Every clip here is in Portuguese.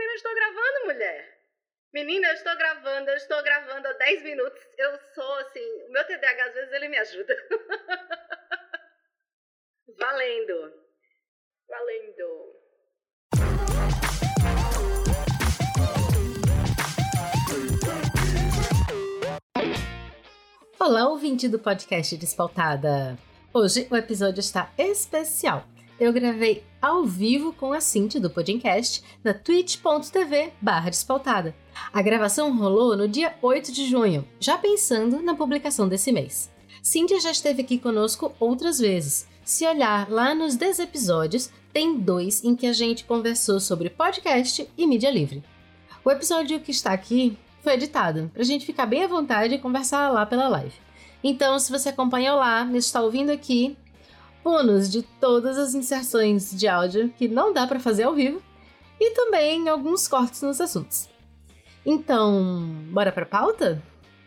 não estou gravando, mulher. Menina, eu estou gravando há 10 minutos. Eu sou, assim, o meu TDAH, às vezes, ele me ajuda. Valendo. Olá, ouvinte do podcast Despautada. Hoje o episódio está especial. Eu gravei ao vivo com a Cíntia do Podcast na twitch.tv/despautada. A gravação rolou no dia 8 de junho, já pensando na publicação desse mês. Cíntia já esteve aqui conosco outras vezes. Se olhar lá nos 10 episódios, tem 2 em que a gente conversou sobre podcast e mídia livre. O episódio que está aqui foi editado, pra gente ficar bem à vontade e conversar lá pela live. Então, se você acompanhou lá, está ouvindo aqui, bônus de todas as inserções de áudio que não dá pra fazer ao vivo e também alguns cortes nos assuntos. Então, bora pra pauta?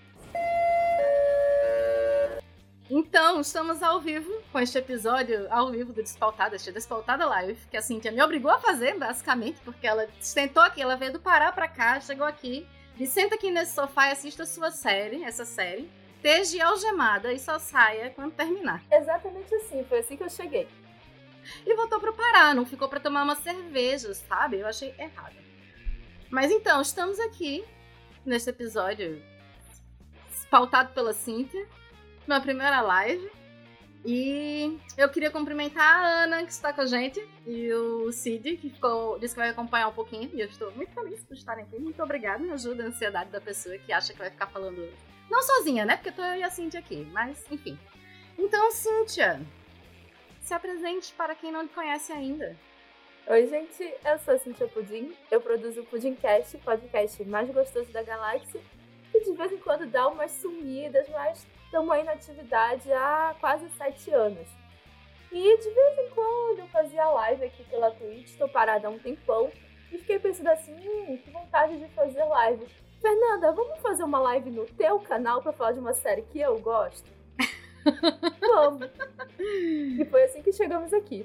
Então, estamos ao vivo com este episódio ao vivo do Despautada, este Despautada Live, que a Cíntia me obrigou a fazer, basicamente, porque ela sentou aqui, ela veio do Pará pra cá, chegou aqui, e senta aqui nesse sofá e assista a sua série, essa série, esteja algemada e só saia quando terminar. Exatamente assim, foi assim que eu cheguei. E voltou pro Pará, não ficou pra tomar uma cerveja, sabe? Eu achei errado. Mas então, estamos aqui, nesse episódio, pautado pela Cíntia, na primeira live. E eu queria cumprimentar a Ana, que está com a gente, e o Cid, que disse que vai acompanhar um pouquinho. E eu estou muito feliz por estarem aqui. Muito obrigada, me ajuda a ansiedade da pessoa que acha que vai ficar falando... Não sozinha, né? Porque tô eu e a Cíntia aqui, mas enfim. Então, Cíntia, se apresente para quem não te conhece ainda. Oi, gente, eu sou a Cíntia Pudim, eu produzo o Pudimcast, podcast mais gostoso da galáxia, e de vez em quando dá umas sumidas, mas estamos aí na atividade há quase 7 anos. E de vez em quando eu fazia live aqui pela Twitch, estou parada há um tempão, e fiquei pensando assim, que vontade de fazer live. Fernanda, vamos fazer uma live no teu canal pra falar de uma série que eu gosto? Vamos! E foi assim que chegamos aqui.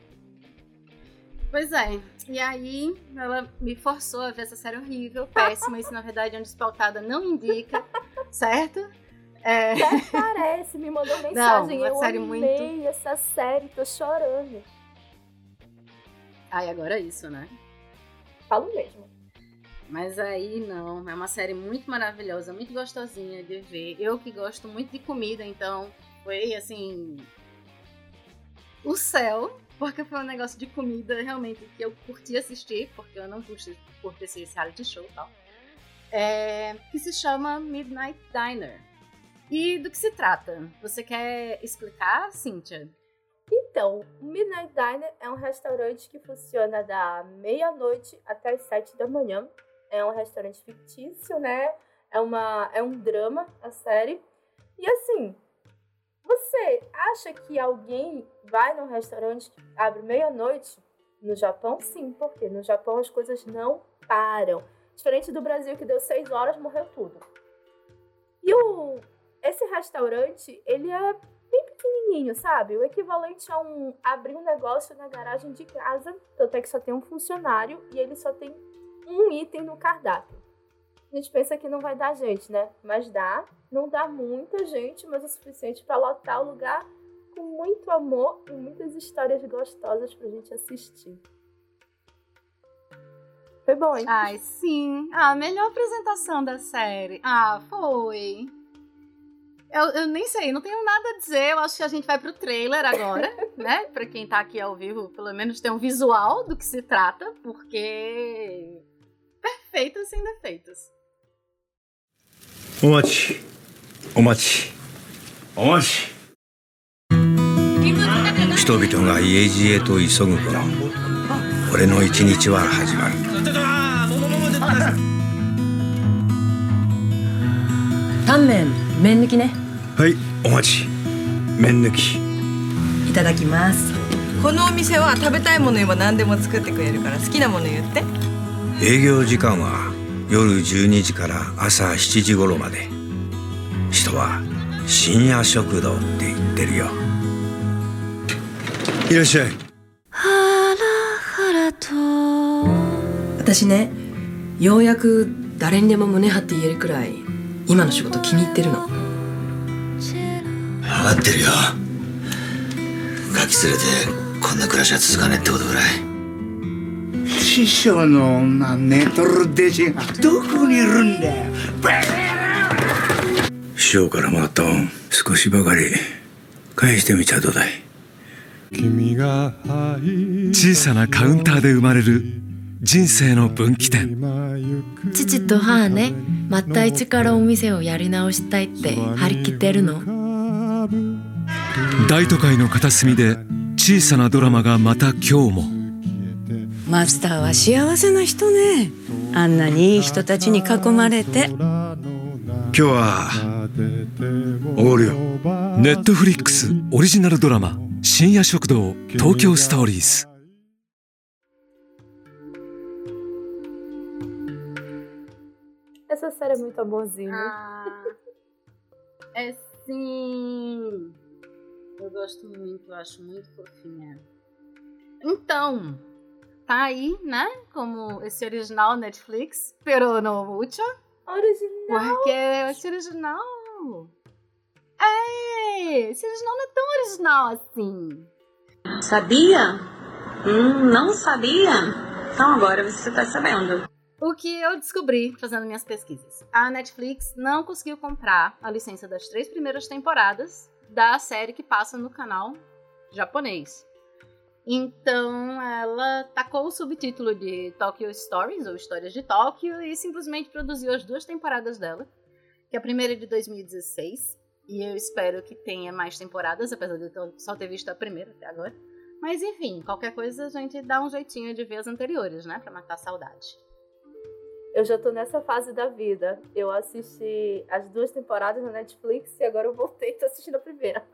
Pois é, e aí ela me forçou a ver essa série horrível, péssima, isso na verdade é um Despautada não indica, certo? Até parece, me mandou mensagem, não, eu série amei essa série, tô chorando. Ai, agora é isso, né? Falo mesmo. Mas aí não, é uma série muito maravilhosa, muito gostosinha de ver. Eu que gosto muito de comida, então foi assim... o céu, porque foi um negócio de comida realmente que eu curti assistir, porque eu não curto esse reality show e tal. Que se chama Midnight Diner. E do que se trata? Você quer explicar, Cíntia? Então, o Midnight Diner é um restaurante que funciona da meia-noite até as 7 da manhã. É um restaurante fictício, né? É um drama, a série. E assim, você acha que alguém vai num restaurante que abre meia-noite? No Japão, sim, porque no Japão as coisas não param. Diferente do Brasil, que deu 6 horas, morreu tudo. E esse restaurante, ele é bem pequenininho, sabe? O equivalente a abrir um negócio na garagem de casa, tanto é que só tem um funcionário e ele só tem um item no cardápio. A gente pensa que não vai dar gente, né? Mas dá. Não dá muita gente, mas é o suficiente para lotar o lugar com muito amor e muitas histórias gostosas pra gente assistir. Foi bom, hein? Ai, sim. A melhor apresentação da série. Foi. Eu nem sei, não tenho nada a dizer. Eu acho que a gente vai pro trailer agora, né? Pra quem tá aqui ao vivo, pelo menos ter um visual do que se trata, porque... perfeito sem defeitos. お待ち人々が家路へと急ぐ頃俺の一日は始まるタンメン麺抜きねはいお待ち麺抜きいただきます。 このお店は食べたいもの言えば何でも作ってくれるから好きなもの言って。 営業時間は夜12時から朝7時頃まで人は深夜食堂って言ってるよいらっしゃいハラハラと私ね、ようやく誰にでも胸張って言えるくらい今の仕事気に入ってるの。 分かってるよ。ガキ連れてこんな暮らしは続かねえってことぐらい。 師匠の女寝とる弟子がどこにいるんだよ。 師匠からもらった恩少しばかり返してみちゃどうだい。 小さなカウンターで生まれる人生の分岐点。 父と母ね、また一からお店をやり直したいって張り切ってるの。 大都会の片隅で小さなドラマがまた今日も。 マスターは幸せな人ね。あんなにいい人たちに囲まれて。 今日はおごるよ。 ネットフリックスオリジナルドラマ深夜食堂東京ストーリーズ。 Essa série é muito amorzinho. É sim. Eu gosto muito, eu acho muito fofinha. Então, tá aí, né? Como esse original Netflix, pero no mucho. Original? Porque esse original... esse original não é tão original assim. Sabia? Não sabia? Então agora você tá sabendo. O que eu descobri fazendo minhas pesquisas. A Netflix não conseguiu comprar a licença das 3 primeiras temporadas da série que passa no canal japonês. Então ela tacou o subtítulo de Tokyo Stories, ou Histórias de Tóquio, e simplesmente produziu as 2 temporadas dela, que a primeira é de 2016, e eu espero que tenha mais temporadas, apesar de eu só ter visto a primeira até agora. Mas enfim, qualquer coisa a gente dá um jeitinho de ver as anteriores, né, pra matar a saudade. Eu já tô nessa fase da vida. Eu assisti as 2 temporadas na Netflix e agora eu voltei e tô assistindo a primeira.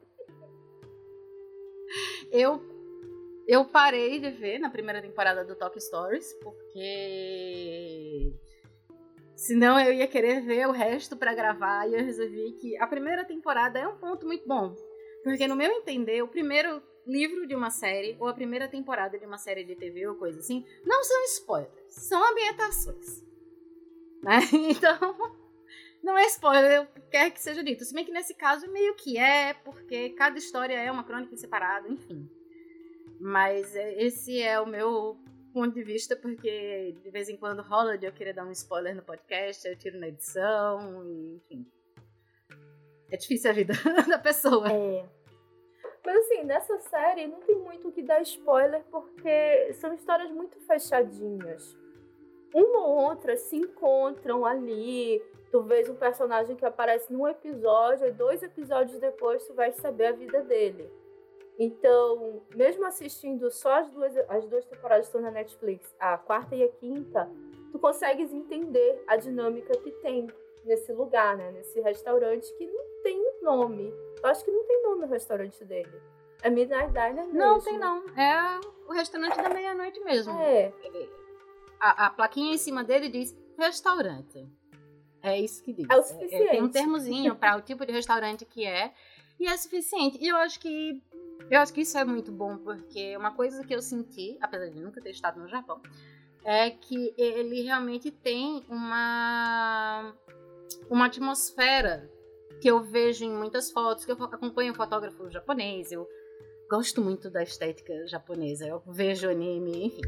Eu parei de ver na primeira temporada do Tokyo Stories, porque senão eu ia querer ver o resto pra gravar, e eu resolvi que a primeira temporada é um ponto muito bom. Porque no meu entender, o primeiro livro de uma série, ou a primeira temporada de uma série de TV ou coisa assim, não são spoilers, são ambientações. Né? Então, não é spoiler, eu quero que seja dito. Se bem que nesse caso meio que é, porque cada história é uma crônica em separado, enfim. Mas esse é o meu ponto de vista, porque de vez em quando rola de eu querer dar um spoiler no podcast, eu tiro na edição, e, enfim. É difícil a vida da pessoa. Mas assim, nessa série não tem muito o que dar spoiler, porque são histórias muito fechadinhas. Uma ou outra se encontram ali, tu vês um personagem que aparece num episódio, e 2 episódios depois tu vai saber a vida dele. Então, mesmo assistindo só as duas temporadas que estão na Netflix, a 4ª e a 5ª, tu consegues entender a dinâmica que tem nesse lugar, né? Nesse restaurante que não tem nome. Eu acho que não tem nome o restaurante dele. É Midnight Diner mesmo. Não, tem não. É o restaurante da meia-noite mesmo. A plaquinha em cima dele diz restaurante. É isso que diz. É o suficiente. Tem um termozinho para o tipo de restaurante que é. E é suficiente. E eu acho que isso é muito bom, porque uma coisa que eu senti, apesar de nunca ter estado no Japão, é que ele realmente tem uma atmosfera que eu vejo em muitas fotos, que eu acompanho um fotógrafo japonês, eu gosto muito da estética japonesa, eu vejo anime, enfim.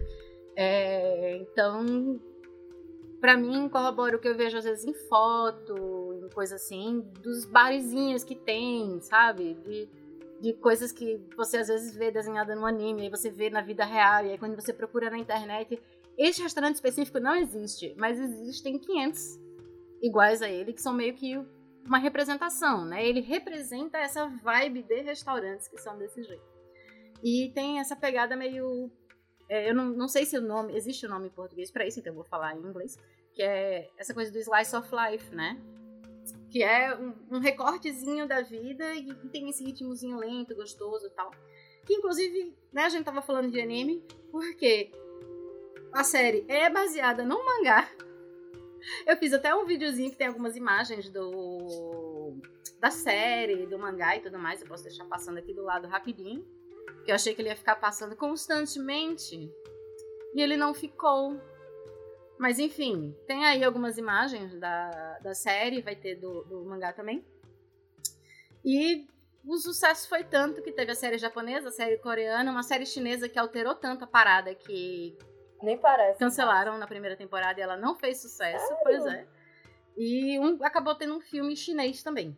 Então, pra mim, corrobora o que eu vejo às vezes em foto, em coisa assim, dos barizinhos que tem, sabe? De coisas que você às vezes vê desenhada no anime, aí você vê na vida real, e aí quando você procura na internet, este restaurante específico não existe, mas existem 500 iguais a ele, que são meio que uma representação, né? Ele representa essa vibe de restaurantes que são desse jeito. E tem essa pegada meio... eu não sei se existe o nome em português pra isso, então eu vou falar em inglês, que é essa coisa do slice of life, né? Que é um recortezinho da vida e tem esse ritmozinho lento, gostoso e tal. Que inclusive, né, a gente tava falando de anime, porque a série é baseada num mangá. Eu fiz até um videozinho que tem algumas imagens da série, do mangá e tudo mais. Eu posso deixar passando aqui do lado rapidinho, que eu achei que ele ia ficar passando constantemente. E ele não ficou. Mas enfim, tem aí algumas imagens da série, vai ter do mangá também. E o sucesso foi tanto que teve a série japonesa, a série coreana, uma série chinesa que alterou tanto a parada que nem parece. Cancelaram na primeira temporada e ela não fez sucesso, pois é. E acabou tendo um filme chinês também.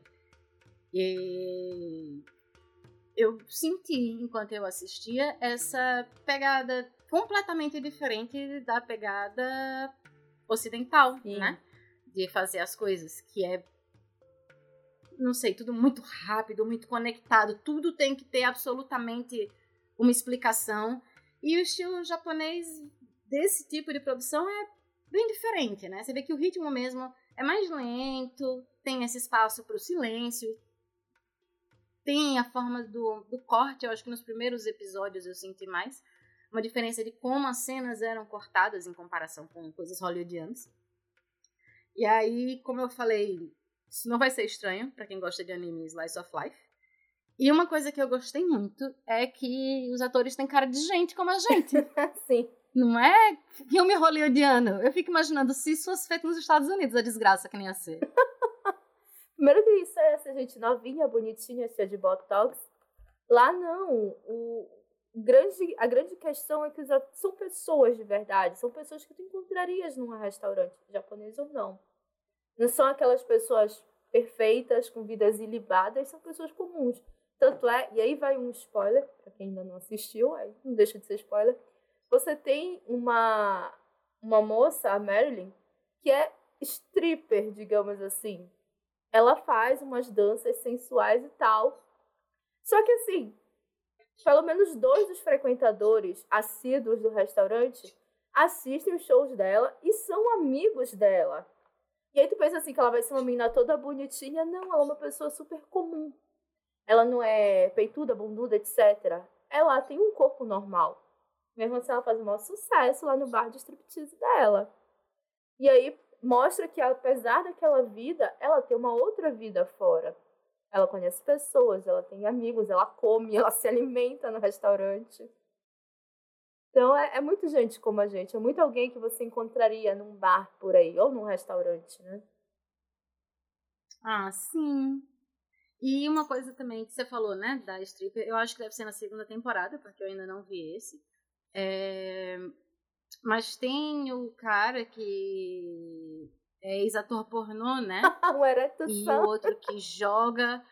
E eu senti, enquanto eu assistia, essa pegada completamente diferente da pegada ocidental, né? De fazer as coisas, que é, não sei, tudo muito rápido, muito conectado, tudo tem que ter absolutamente uma explicação. E o estilo japonês desse tipo de produção é bem diferente, né? Você vê que o ritmo mesmo é mais lento, tem esse espaço para o silêncio, tem a forma do corte. Eu acho que nos primeiros episódios eu senti mais uma diferença de como as cenas eram cortadas em comparação com coisas hollywoodianas. E aí, como eu falei, isso não vai ser estranho para quem gosta de anime Slice of Life. E uma coisa que eu gostei muito é que os atores têm cara de gente como a gente. Sim. Não é filme hollywoodiano. Eu fico imaginando se isso fosse feito nos Estados Unidos, a desgraça que nem ia ser. Primeiro que isso é essa gente novinha, bonitinha, cheia de botox. Lá não. A grande questão é que são pessoas de verdade. São pessoas que tu encontrarias num restaurante japonês ou não. Não são aquelas pessoas perfeitas, com vidas ilibadas. São pessoas comuns. Tanto é, e aí vai um spoiler, pra quem ainda não assistiu, aí não deixa de ser spoiler. Você tem uma moça, a Marilyn, que é stripper, digamos assim. Ela faz umas danças sensuais e tal. Só que assim, pelo menos 2 dos frequentadores assíduos do restaurante assistem os shows dela e são amigos dela. E aí tu pensa assim que ela vai ser uma menina toda bonitinha. Não, ela é uma pessoa super comum. Ela não é peituda, bunduda, etc. Ela tem um corpo normal. Mesmo assim, ela faz o maior sucesso lá no bar de striptease dela. E aí mostra que, apesar daquela vida, ela tem uma outra vida fora. Ela conhece pessoas, ela tem amigos, ela come, ela se alimenta no restaurante. Então, é muito gente como a gente. É muito alguém que você encontraria num bar por aí, ou num restaurante, né? Ah, sim. E uma coisa também que você falou, né, da stripper, eu acho que deve ser na segunda temporada, porque eu ainda não vi esse. Mas tem o cara que é ex-ator pornô, né? E o outro que joga...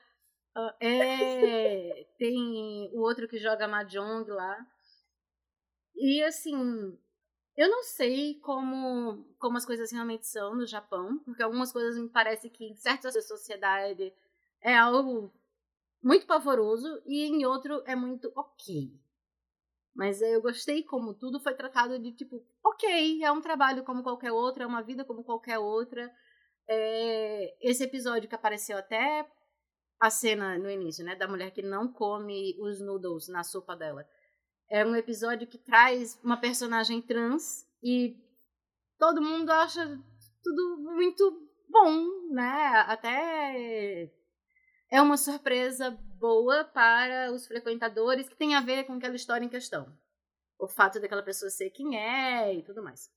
tem o outro que joga Mahjong lá. E assim, eu não sei como as coisas realmente são no Japão, porque algumas coisas me parece que em certas sociedades é algo muito pavoroso e em outro é muito ok. Mas eu gostei como tudo foi tratado de tipo, ok, é um trabalho como qualquer outro, é uma vida como qualquer outra. Esse episódio que apareceu até a cena no início, né, da mulher que não come os noodles na sopa dela. É um episódio que traz uma personagem trans e todo mundo acha tudo muito bom, né? Até é uma surpresa boa para os frequentadores que tem a ver com aquela história em questão. O fato daquela pessoa ser quem é e tudo mais.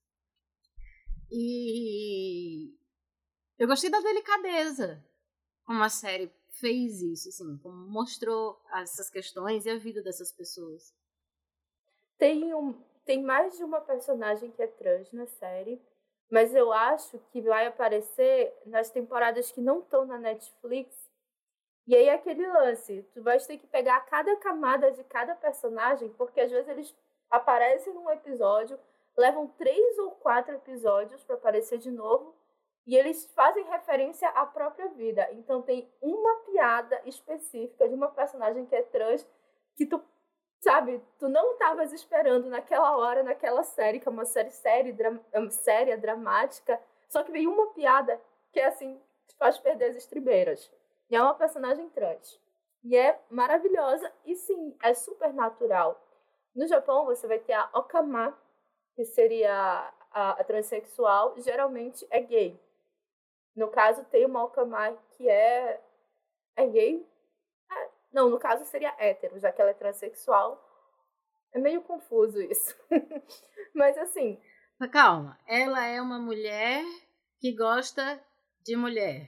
E eu gostei da delicadeza como a série fez isso, assim, como mostrou essas questões e a vida dessas pessoas. Tem mais de uma personagem que é trans na série, mas eu acho que vai aparecer nas temporadas que não estão na Netflix. E aí aquele lance, tu vai ter que pegar cada camada de cada personagem, porque às vezes eles aparecem num episódio, levam 3 ou 4 episódios para aparecer de novo, e eles fazem referência à própria vida. Então tem uma piada específica de uma personagem que é trans, que tu não estavas esperando naquela hora, naquela série, que é uma série dramática, só que vem uma piada que é assim, te faz perder as estribeiras. E é uma personagem trans. E é maravilhosa e sim, é super natural. No Japão você vai ter a Okama, que seria a transexual, geralmente é gay. No caso tem uma Okama que é gay? Não, no caso seria hétero, já que ela é transexual. É meio confuso isso. Mas assim... Calma, ela é uma mulher que gosta de mulher.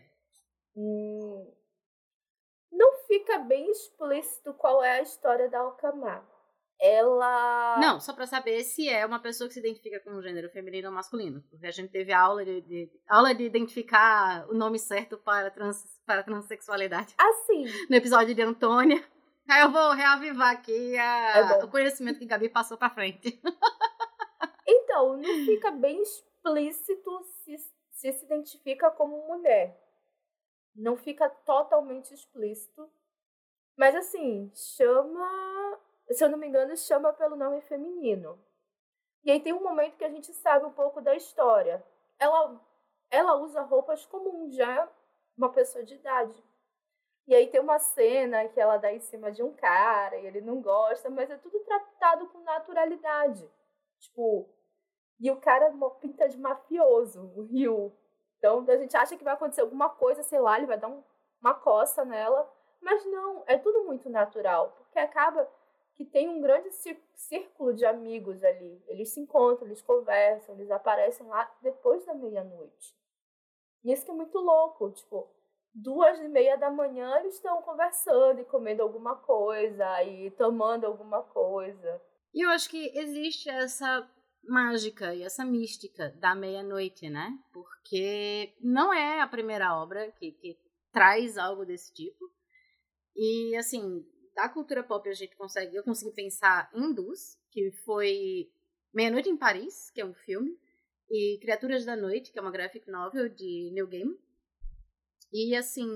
Não fica bem explícito qual é a história da Alcamar. Ela... Não, só pra saber se é uma pessoa que se identifica com o gênero feminino ou masculino. Porque a gente teve aula de identificar o nome certo para transexualidade. Assim. No episódio de Antônia. Aí eu vou reavivar aqui o conhecimento que Gabi passou pra frente. Então, não fica bem explícito se identifica como mulher. Não fica totalmente explícito. Mas assim, chama... Se eu não me engano, chama pelo nome feminino. E aí tem um momento que a gente sabe um pouco da história. Ela usa roupas comuns, já é uma pessoa de idade. E aí tem uma cena que ela dá em cima de um cara e ele não gosta, mas é tudo tratado com naturalidade. Tipo, e o cara pinta de mafioso, o Ryu. Então a gente acha que vai acontecer alguma coisa, sei lá, ele vai dar uma coça nela. Mas não, é tudo muito natural. Porque acaba que tem um grande círculo de amigos ali. Eles se encontram, eles conversam, eles aparecem lá depois da meia-noite. E isso que é muito louco. Tipo, 2:30 da manhã eles estão conversando e comendo alguma coisa e tomando alguma coisa. E eu acho que existe essa mágica e essa mística da meia-noite, né? Porque não é a primeira obra que traz algo desse tipo. E, assim, da cultura pop eu consegui pensar em duas, que foi Meia-Noite em Paris, que é um filme, e Criaturas da Noite, que é uma graphic novel de Neil Gaiman. E, assim,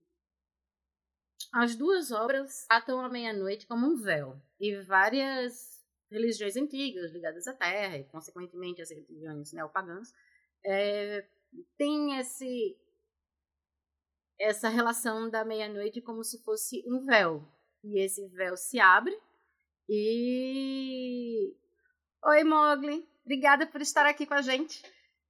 as duas obras tratam a meia-noite como um véu. E várias religiões antigas ligadas à Terra, e, consequentemente, as religiões neopagãs, têm essa relação da meia-noite como se fosse um véu. E esse véu se abre e... Oi, Mowgli. Obrigada por estar aqui com a gente.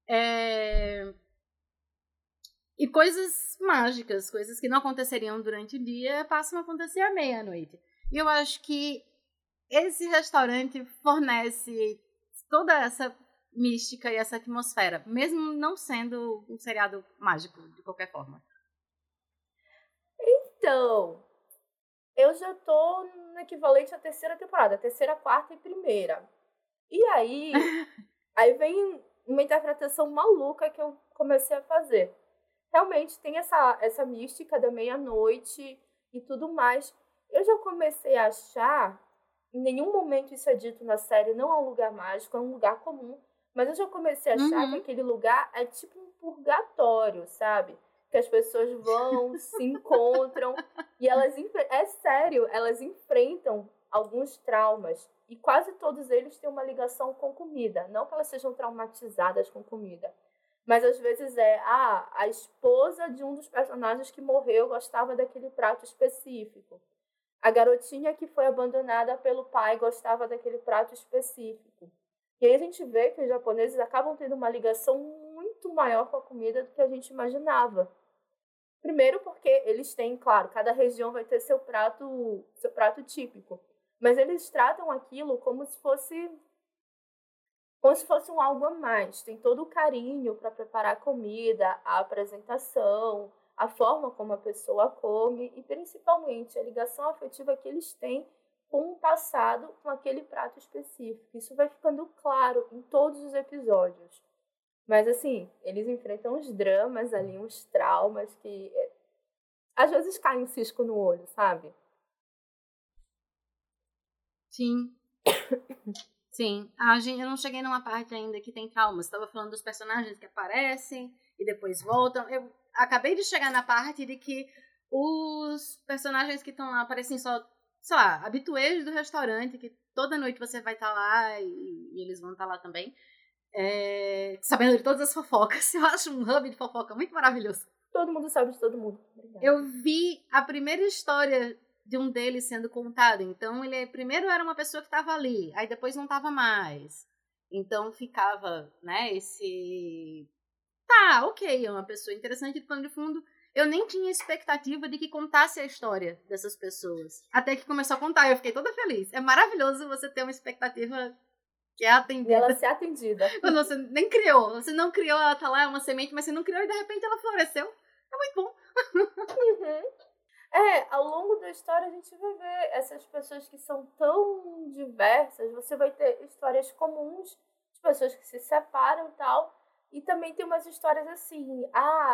E coisas mágicas, coisas que não aconteceriam durante o dia, passam a acontecer à meia-noite. E eu acho que esse restaurante fornece toda essa mística e essa atmosfera, mesmo não sendo um seriado mágico, de qualquer forma. Então, eu já tô no equivalente à terceira temporada, terceira, quarta e primeira. E aí vem uma interpretação maluca que eu comecei a fazer. Realmente tem essa mística da meia-noite e tudo mais. Eu já comecei a achar, em nenhum momento isso é dito na série, não é um lugar mágico, é um lugar comum, mas eu já comecei a achar que aquele lugar é tipo um purgatório, sabe? Que as pessoas vão, se encontram e elas enfrentam alguns traumas. E quase todos eles têm uma ligação com comida. Não que elas sejam traumatizadas com comida. Mas às vezes a esposa de um dos personagens que morreu gostava daquele prato específico. A garotinha que foi abandonada pelo pai gostava daquele prato específico. E aí a gente vê que os japoneses acabam tendo uma ligação muito maior com a comida do que a gente imaginava. Primeiro porque eles têm, claro, cada região vai ter seu prato típico. Mas eles tratam aquilo como se fosse um algo a mais. Tem todo o carinho para preparar a comida, a apresentação, a forma como a pessoa come e, principalmente, a ligação afetiva que eles têm com o passado, com aquele prato específico. Isso vai ficando claro em todos os episódios. Mas, assim, eles enfrentam uns dramas ali, uns traumas que às vezes cai um cisco no olho, sabe? Sim. Sim. Eu não cheguei numa parte ainda que tem traumas. Estava falando dos personagens que aparecem e depois voltam. Eu acabei de chegar na parte de que os personagens que estão lá parecem só, sei lá, habituês do restaurante, que toda noite você vai estar lá e eles vão estar lá também. Sabendo de todas as fofocas. Eu acho um hub de fofoca muito maravilhoso. Todo mundo sabe de todo mundo. Obrigada. Eu vi a primeira história de um deles sendo contado. Então, ele primeiro era uma pessoa que estava ali, aí depois não estava mais. Então, ficava, né, ok, é uma pessoa interessante de pano de fundo. Eu nem tinha expectativa de que contasse a história dessas pessoas. Até que começou a contar, eu fiquei toda feliz. É maravilhoso você ter uma expectativa Que é atendida. E ela ser atendida. Quando você nem criou. Você não criou, ela tá lá, é uma semente, mas você não criou e de repente ela floresceu. É muito bom. Ao longo da história a gente vai ver essas pessoas que são tão diversas. Você vai ter histórias comuns de pessoas que se separam e tal. E também tem umas histórias assim.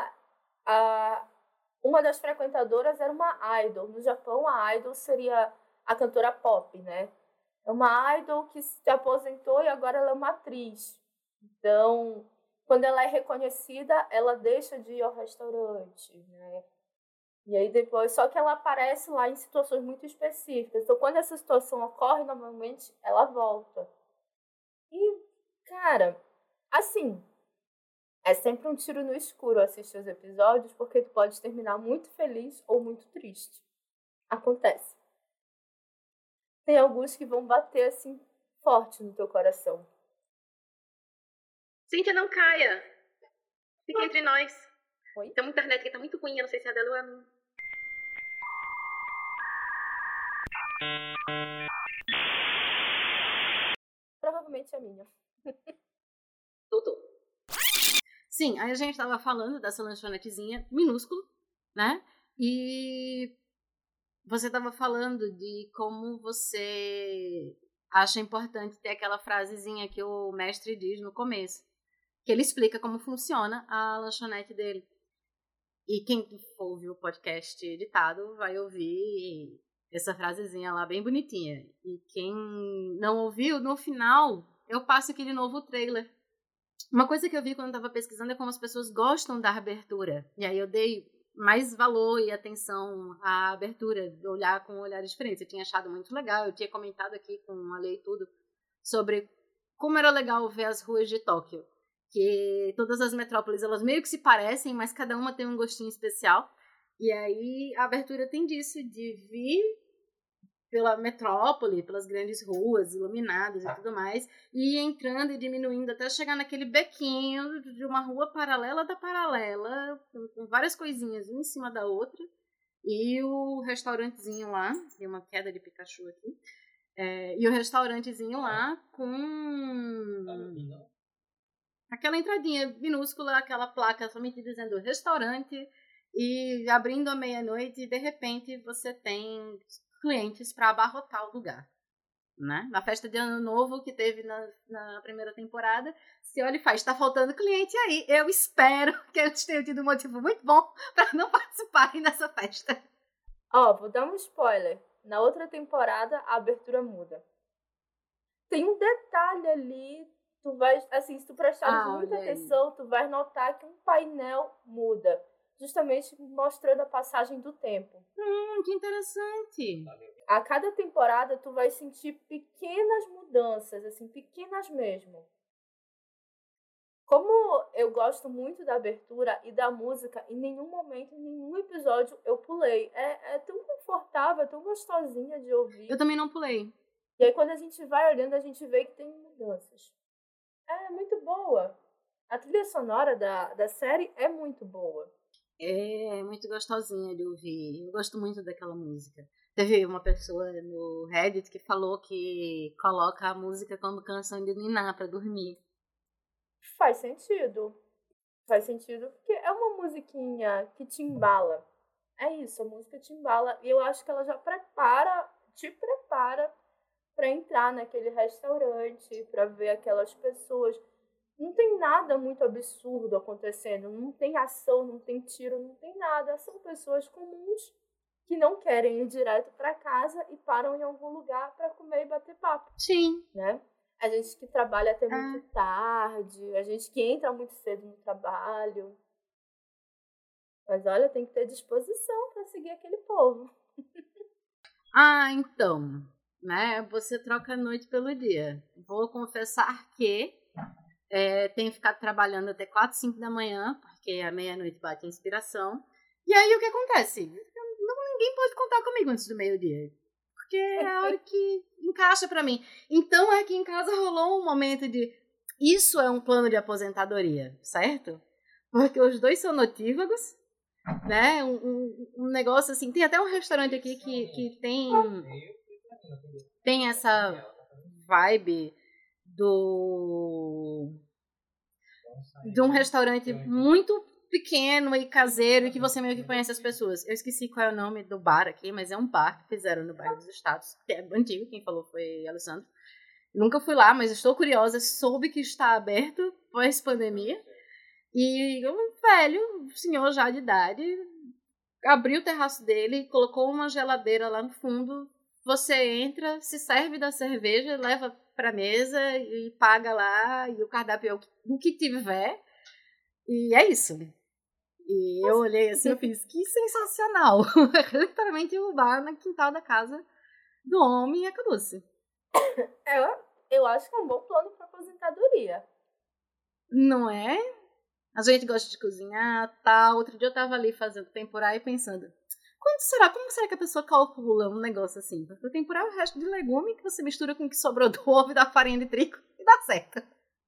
Uma das frequentadoras era uma idol. No Japão, a idol seria a cantora pop, né? É uma idol que se aposentou e agora ela é uma atriz. Então, quando ela é reconhecida, ela deixa de ir ao restaurante, né? E aí depois, só que ela aparece lá em situações muito específicas. Então, quando essa situação ocorre, normalmente, ela volta. E, cara, assim, é sempre um tiro no escuro assistir os episódios, porque tu pode terminar muito feliz ou muito triste. Acontece. Tem alguns que vão bater, assim, forte no teu coração. Cíntia, não caia. Fica entre nós. Oi? Tem uma internet que tá muito ruim, eu não sei se é dela ou é a minha. Provavelmente é a minha. Doutor. Sim, aí a gente tava falando dessa lanchonetezinha minúscula, né? E você tava falando de como você acha importante ter aquela frasezinha que o mestre diz no começo. Que ele explica como funciona a lanchonete dele. E quem for ouvir o podcast editado vai ouvir essa frasezinha lá bem bonitinha. E quem não ouviu, no final, eu passo aqui de novo o trailer. Uma coisa que eu vi quando eu estava pesquisando é como as pessoas gostam da abertura. E aí eu dei mais valor e atenção à abertura, olhar com olhares diferentes. Eu tinha achado muito legal, eu tinha comentado aqui com a Lei e tudo, sobre como era legal ver as ruas de Tóquio. Que todas as metrópoles, elas meio que se parecem, mas cada uma tem um gostinho especial. E aí a abertura tem disso, de vir pela metrópole, pelas grandes ruas iluminadas e tudo mais, e ir entrando e diminuindo até chegar naquele bequinho de uma rua paralela da paralela, com várias coisinhas uma em cima da outra, e o restaurantezinho lá, tem uma queda de Pikachu aqui, e o restaurantezinho lá com aquela entradinha minúscula, aquela placa somente dizendo restaurante, e abrindo à meia-noite, e de repente você tem clientes para abarrotar o lugar, né? Na festa de Ano Novo que teve na primeira temporada, você olha e faz, tá faltando cliente aí, eu espero que eles tenham tido um motivo muito bom para não participarem dessa festa. Vou dar um spoiler. Na outra temporada, a abertura muda. Tem um detalhe ali, tu vai, assim, se tu prestares muita atenção, tu vai notar que um painel muda. Justamente mostrando a passagem do tempo. Que interessante. A cada temporada tu vai sentir pequenas mudanças, assim, pequenas mesmo. Como eu gosto muito da abertura e da música, em nenhum momento, em nenhum episódio eu pulei. É tão confortável, é tão gostosinha de ouvir. Eu também não pulei. E aí quando a gente vai olhando, a gente vê que tem mudanças. É muito boa. A trilha sonora da série é muito boa. É muito gostosinha de ouvir. Eu gosto muito daquela música. Teve uma pessoa no Reddit que falou que coloca a música como canção de ninar pra dormir. Faz sentido. Faz sentido porque é uma musiquinha que te embala. É isso, a música te embala. E eu acho que ela já te prepara pra entrar naquele restaurante, pra ver aquelas pessoas. Não tem nada muito absurdo acontecendo, não tem ação, não tem tiro, não tem nada. São pessoas comuns que não querem ir direto para casa e param em algum lugar para comer e bater papo. Sim. Né? A gente que trabalha até muito tarde, a gente que entra muito cedo no trabalho. Mas olha, tem que ter disposição para seguir aquele povo. Então, né? Você troca a noite pelo dia. Vou confessar que tenho ficado trabalhando até 4, 5 da manhã, porque à meia-noite bate a inspiração. E aí o que acontece? Ninguém pode contar comigo antes do meio-dia. Porque é a hora que encaixa pra mim. Então aqui em casa rolou um momento de... Isso é um plano de aposentadoria, certo? Porque os dois são notívagos, né? Um negócio assim... Tem até um restaurante aqui que tem essa vibe de um restaurante muito pequeno e caseiro e que você meio que conhece as pessoas. Eu esqueci qual é o nome do bar aqui, mas é um bar que fizeram no bairro dos Estados, que é antigo, quem falou foi Alessandro. Nunca fui lá, mas estou curiosa, soube que está aberto pós-pandemia. E um velho, senhor já de idade, abriu o terraço dele, colocou uma geladeira lá no fundo. Você entra, se serve da cerveja, leva pra mesa e paga lá, e o cardápio é o que tiver. E é isso. E eu olhei assim, eu fiz, que sensacional. Literalmente o bar no quintal da casa do homem e acabou-se. Eu acho que é um bom plano para aposentadoria. Não é? A gente gosta de cozinhar, tal. Outro dia eu tava ali fazendo tempurá e pensando, como será que a pessoa calcula um negócio assim? Porque o tempurá é o resto de legume que você mistura com o que sobrou do ovo e da farinha de trigo e dá certo.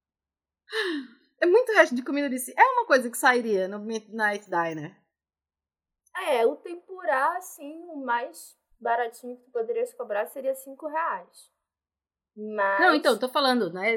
É muito resto de comida de si. É uma coisa que sairia no Midnight Diner. O tempurá, assim, o mais baratinho que tu poderias cobrar seria R$5. Mas... Não, então, tô falando, né,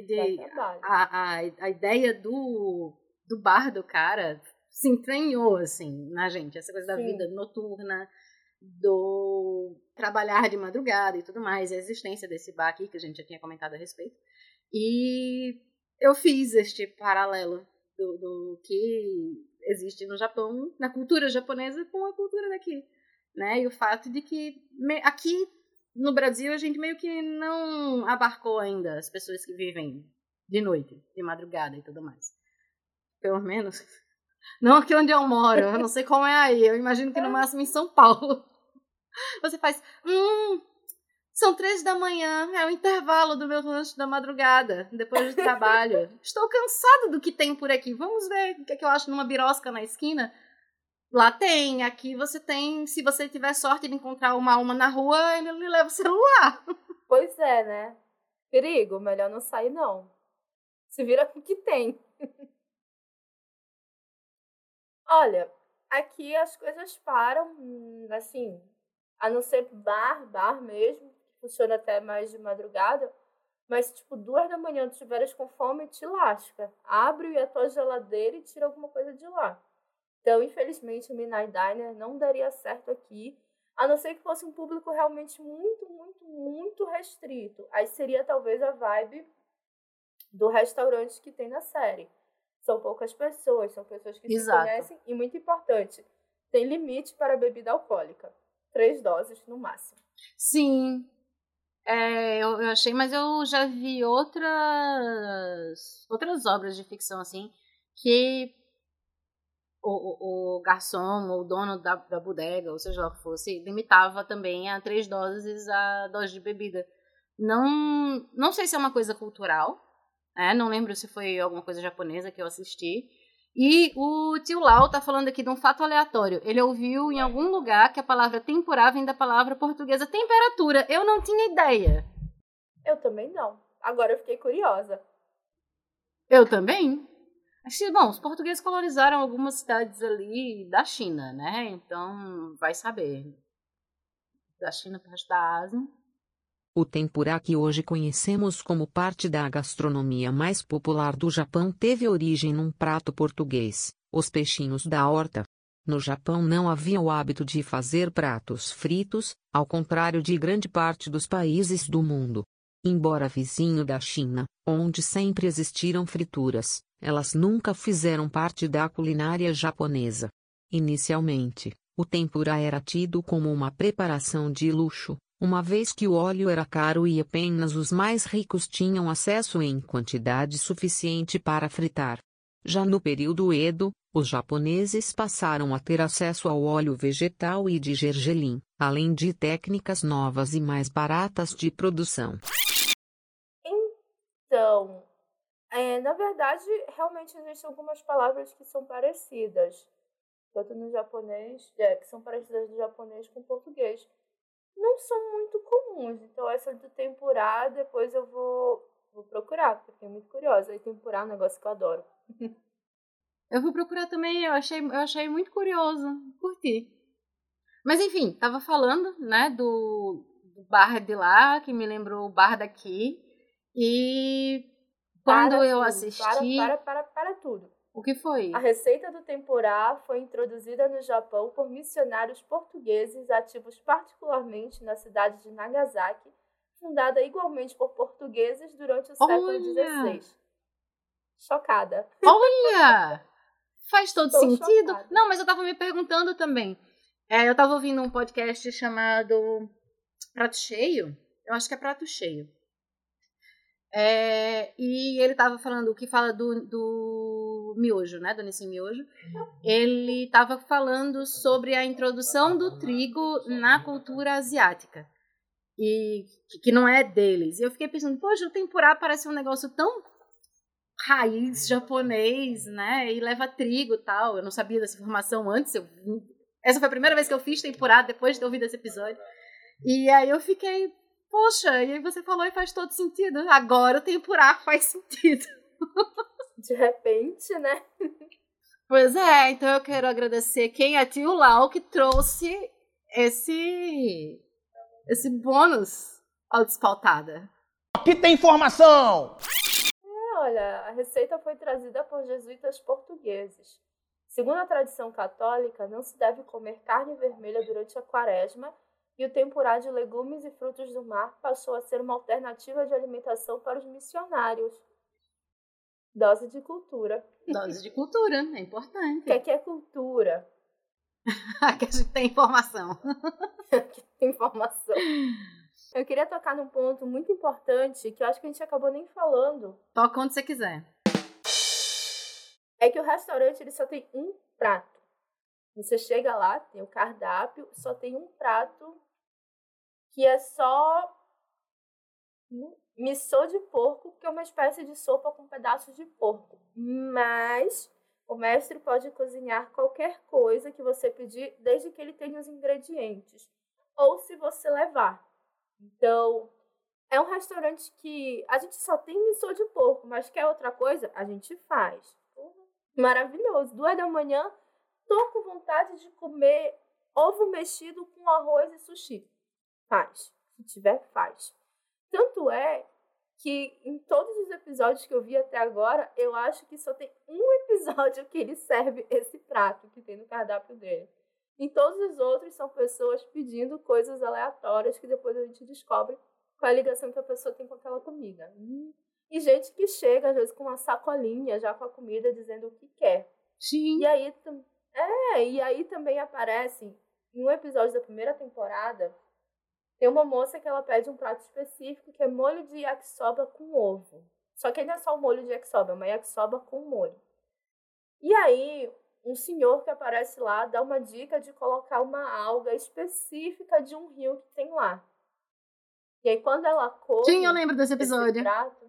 a ideia do bar do cara se entranhou, assim, na gente. Essa coisa da vida noturna, do trabalhar de madrugada e tudo mais, a existência desse bar aqui, que a gente já tinha comentado a respeito. E eu fiz este paralelo do que existe no Japão, na cultura japonesa, com a cultura daqui, né? E o fato de que aqui no Brasil a gente meio que não abarcou ainda as pessoas que vivem de noite, de madrugada e tudo mais. Pelo menos não aqui onde eu moro, eu não sei como é aí, eu imagino que no máximo em São Paulo. Você faz, são 3 da manhã, é o intervalo do meu lanche da madrugada, depois do trabalho. Estou cansado do que tem por aqui, vamos ver o que é que eu acho numa birosca na esquina. Lá tem, aqui você tem, se você tiver sorte de encontrar uma alma na rua, ele lhe leva o celular. Pois é, né? Perigo, melhor não sair não. Se vira com o que tem. Olha, aqui as coisas param, assim, a não ser bar mesmo, que funciona até mais de madrugada, mas tipo, 2 da manhã, tu estiveres com fome, te lasca. Abre a tua geladeira e tira alguma coisa de lá. Então, infelizmente, o Midnight Diner não daria certo aqui, a não ser que fosse um público realmente muito, muito, muito restrito. Aí seria talvez a vibe do restaurante que tem na série. São poucas pessoas, são pessoas que se conhecem. E muito importante, tem limite para bebida alcoólica. 3 doses no máximo. Sim, eu achei, mas eu já vi outras obras de ficção assim, que o garçom ou o dono da bodega, ou seja lá o que fosse, limitava também a 3 doses a dose de bebida. Não sei se é uma coisa cultural, não lembro se foi alguma coisa japonesa que eu assisti. E o tio Lau tá falando aqui de um fato aleatório. Ele ouviu em algum lugar que a palavra tempurá vem da palavra portuguesa temperatura. Eu não tinha ideia. Eu também não. Agora eu fiquei curiosa. Eu também. Bom, os portugueses colonizaram algumas cidades ali da China, né? Então, vai saber. Da China para o resto da Ásia. O tempurá que hoje conhecemos como parte da gastronomia mais popular do Japão teve origem num prato português, os peixinhos da horta. No Japão não havia o hábito de fazer pratos fritos, ao contrário de grande parte dos países do mundo. Embora vizinho da China, onde sempre existiram frituras, elas nunca fizeram parte da culinária japonesa. Inicialmente, o tempurá era tido como uma preparação de luxo, uma vez que o óleo era caro e apenas os mais ricos tinham acesso em quantidade suficiente para fritar. Já no período Edo, os japoneses passaram a ter acesso ao óleo vegetal e de gergelim, além de técnicas novas e mais baratas de produção. Então, na verdade, realmente existem algumas palavras que são parecidas, tanto no japonês, que são parecidas do japonês com o português. Não são muito comuns, então essa do tempurá, depois eu vou procurar, porque fiquei muito curiosa. E tempurá é um negócio que eu adoro. Eu vou procurar também, eu achei muito curioso, curti. Mas enfim, tava falando, né, do bar de lá, que me lembrou o bar daqui. E quando eu assisti... Para tudo. O que foi? A receita do tempurá foi introduzida no Japão por missionários portugueses ativos particularmente na cidade de Nagasaki, fundada igualmente por portugueses durante o século XVI. Chocada. Olha! Faz todo sentido. Chocada. Não, mas eu tava me perguntando também. Eu tava ouvindo um podcast chamado Prato Cheio. Eu acho que é Prato Cheio. E ele tava falando, o que fala do miojo, né? Do Nissin Miojo. Ele tava falando sobre a introdução do trigo na cultura asiática. E que não é deles. E eu fiquei pensando, poxa, o tempurá parece um negócio tão raiz japonês, né? E leva trigo e tal. Eu não sabia dessa informação antes. Essa foi a primeira vez que eu fiz tempurá, depois de ter ouvido esse episódio. E aí eu fiquei, poxa, e aí você falou e faz todo sentido. Agora o tempurá faz sentido. De repente, né? Pois é, então eu quero agradecer quem é Tio Lau que trouxe esse bônus ao Despautada. Aqui tem informação! Olha, a receita foi trazida por jesuítas portugueses. Segundo a tradição católica, não se deve comer carne vermelha durante a quaresma e o tempurá de legumes e frutos do mar passou a ser uma alternativa de alimentação para os missionários. Dose de cultura. Dose de cultura, é importante. O que é cultura? Que a gente tem informação. Informação. Eu queria tocar num ponto muito importante que eu acho que a gente acabou nem falando. Toca onde você quiser. É que o restaurante ele só tem um prato. Você chega lá, tem o cardápio, só tem um prato que é só missô de porco, que é uma espécie de sopa com pedaços de porco. Mas o mestre pode cozinhar qualquer coisa que você pedir, desde que ele tenha os ingredientes. Ou se você levar. Então, é um restaurante que a gente só tem missô de porco, mas quer outra coisa? A gente faz. Maravilhoso. 2 da manhã, tô com vontade de comer ovo mexido com arroz e sushi. Faz. Se tiver, faz. Tanto é que em todos os episódios que eu vi até agora, eu acho que só tem um episódio que ele serve esse prato que tem no cardápio dele. Em todos os outros são pessoas pedindo coisas aleatórias que depois a gente descobre qual é a ligação que a pessoa tem com aquela comida. E gente que chega, às vezes, com uma sacolinha já com a comida, dizendo o que quer. Sim. E aí também aparece, em um episódio da primeira temporada, tem uma moça que ela pede um prato específico que é molho de yakisoba com ovo. Só que não é só o molho de yakisoba, é uma yakisoba com molho. E aí, um senhor que aparece lá dá uma dica de colocar uma alga específica de um rio que tem lá. E aí, quando ela come... Sim, eu lembro desse episódio. Prato,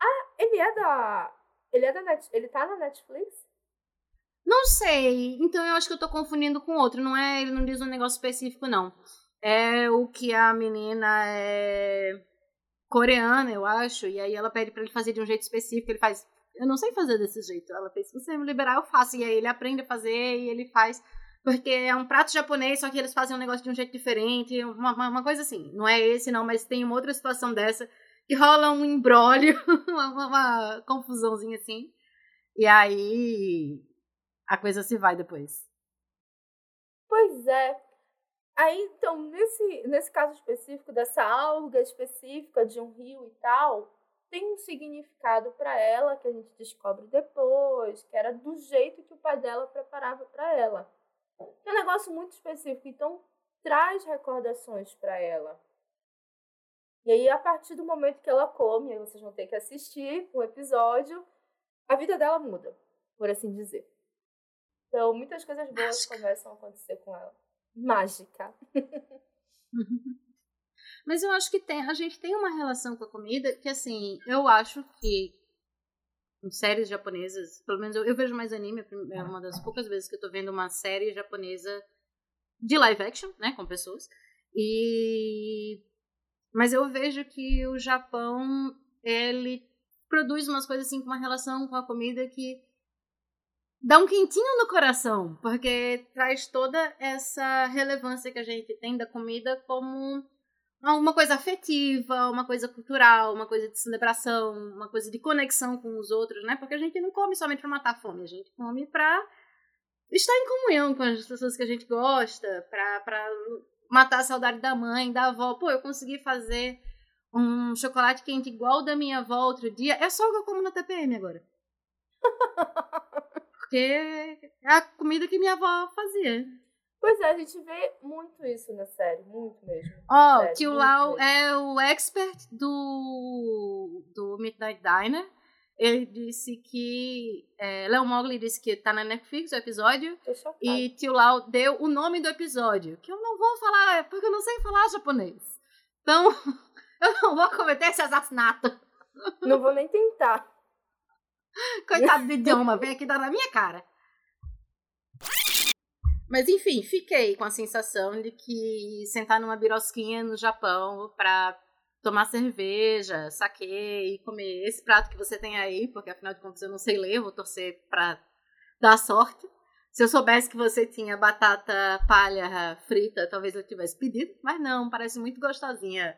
ele tá na Netflix? Não sei. Então eu acho que eu tô confundindo com outro. Não é, ele não diz um negócio específico, não. É o que a menina é coreana, eu acho. E aí ela pede pra ele fazer de um jeito específico. Ele faz, eu não sei fazer desse jeito. Ela pensa, se você me liberar, eu faço. E aí ele aprende a fazer e ele faz. Porque é um prato japonês, só que eles fazem um negócio de um jeito diferente. Uma coisa assim. Não é esse, não, mas tem uma outra situação dessa. Que rola um imbróglio, uma confusãozinha assim. E aí a coisa se vai depois. Pois é. Aí, então, nesse caso específico dessa alga específica de um rio e tal, tem um significado para ela que a gente descobre depois, que era do jeito que o pai dela preparava para ela. É um negócio muito específico, então traz recordações para ela. E aí, a partir do momento que ela come, aí vocês vão ter que assistir o episódio, a vida dela muda, por assim dizer. Então, muitas coisas boas começam a acontecer com ela. Mágica. Mas eu acho que a gente tem uma relação com a comida que, assim, eu acho que em séries japonesas, pelo menos eu vejo mais anime, é uma das poucas vezes que eu tô vendo uma série japonesa de live action, né, com pessoas. Mas eu vejo que o Japão, ele produz umas coisas assim com uma relação com a comida que dá um quentinho no coração, porque traz toda essa relevância que a gente tem da comida como uma coisa afetiva, uma coisa cultural, uma coisa de celebração, uma coisa de conexão com os outros, né? Porque a gente não come somente pra matar a fome, a gente come pra estar em comunhão com as pessoas que a gente gosta, pra matar a saudade da mãe, da avó. Pô, eu consegui fazer um chocolate quente igual o da minha avó outro dia. É só o que eu como na TPM agora. Porque é a comida que minha avó fazia. Pois é, a gente vê muito isso na série, muito mesmo. Ó, Tio Lau é o expert do Midnight Diner. Ele disse que... Léo Mogli disse que tá na Netflix o episódio. E Tio Lau deu o nome do episódio. Que eu não vou falar, porque eu não sei falar japonês. Então, eu não vou cometer esse assassinato. Não vou nem tentar. Coitado do idioma, vem aqui dar na minha cara. Mas enfim, fiquei com a sensação de que sentar numa birosquinha no Japão pra tomar cerveja, saquê e comer esse prato que você tem aí, porque afinal de contas eu não sei ler, eu vou torcer pra dar sorte. Se eu soubesse que você tinha batata palha frita, talvez eu tivesse pedido, mas não, parece muito gostosinha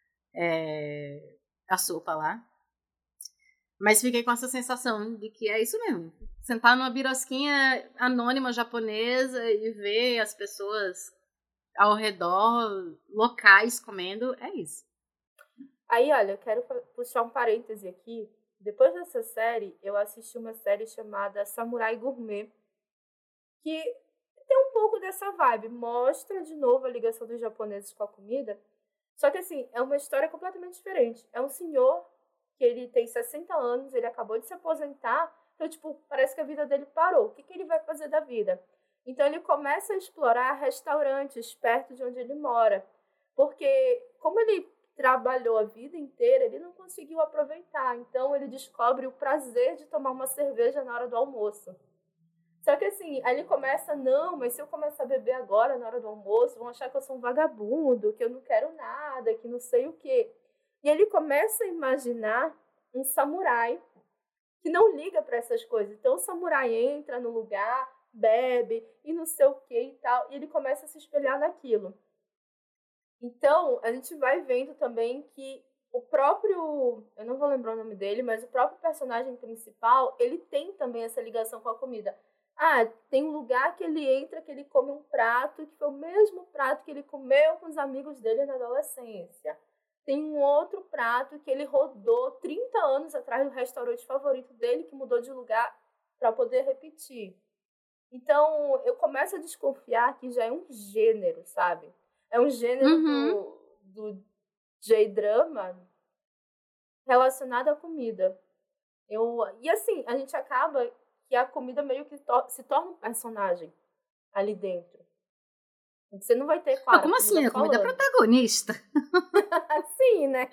a sopa lá. Mas fiquei com essa sensação de que é isso mesmo. Sentar numa birosquinha anônima japonesa e ver as pessoas ao redor, locais, comendo, é isso. Aí, olha, eu quero puxar um parêntese aqui. Depois dessa série, eu assisti uma série chamada Samurai Gourmet, que tem um pouco dessa vibe. Mostra, de novo, a ligação dos japoneses com a comida. Só que, assim, é uma história completamente diferente. É um senhor que ele tem 60 anos, ele acabou de se aposentar, então, tipo, parece que a vida dele parou. O que ele vai fazer da vida? Então, ele começa a explorar restaurantes perto de onde ele mora. Porque, como ele trabalhou a vida inteira, ele não conseguiu aproveitar. Então, ele descobre o prazer de tomar uma cerveja na hora do almoço. Só que, assim, aí ele começa, não, mas se eu começar a beber agora, na hora do almoço, vão achar que eu sou um vagabundo, que eu não quero nada, que não sei o quê. E ele começa a imaginar um samurai que não liga para essas coisas. Então, o samurai entra no lugar, bebe e não sei o que e tal, e ele começa a se espelhar naquilo. Então, a gente vai vendo também que o próprio, eu não vou lembrar o nome dele, mas o próprio personagem principal, ele tem também essa ligação com a comida. Ah, tem um lugar que ele entra, que ele come um prato, que foi o mesmo prato que ele comeu com os amigos dele na adolescência. Tem um outro prato que ele rodou 30 anos atrás do restaurante favorito dele, que mudou de lugar para poder repetir. Então, eu começo a desconfiar que já é um gênero, sabe? É um gênero do J-drama relacionado à comida. E assim, a gente acaba que a comida meio que se torna um personagem ali dentro. Você não vai ter, claro, como assim? A comida é protagonista? Sim, né?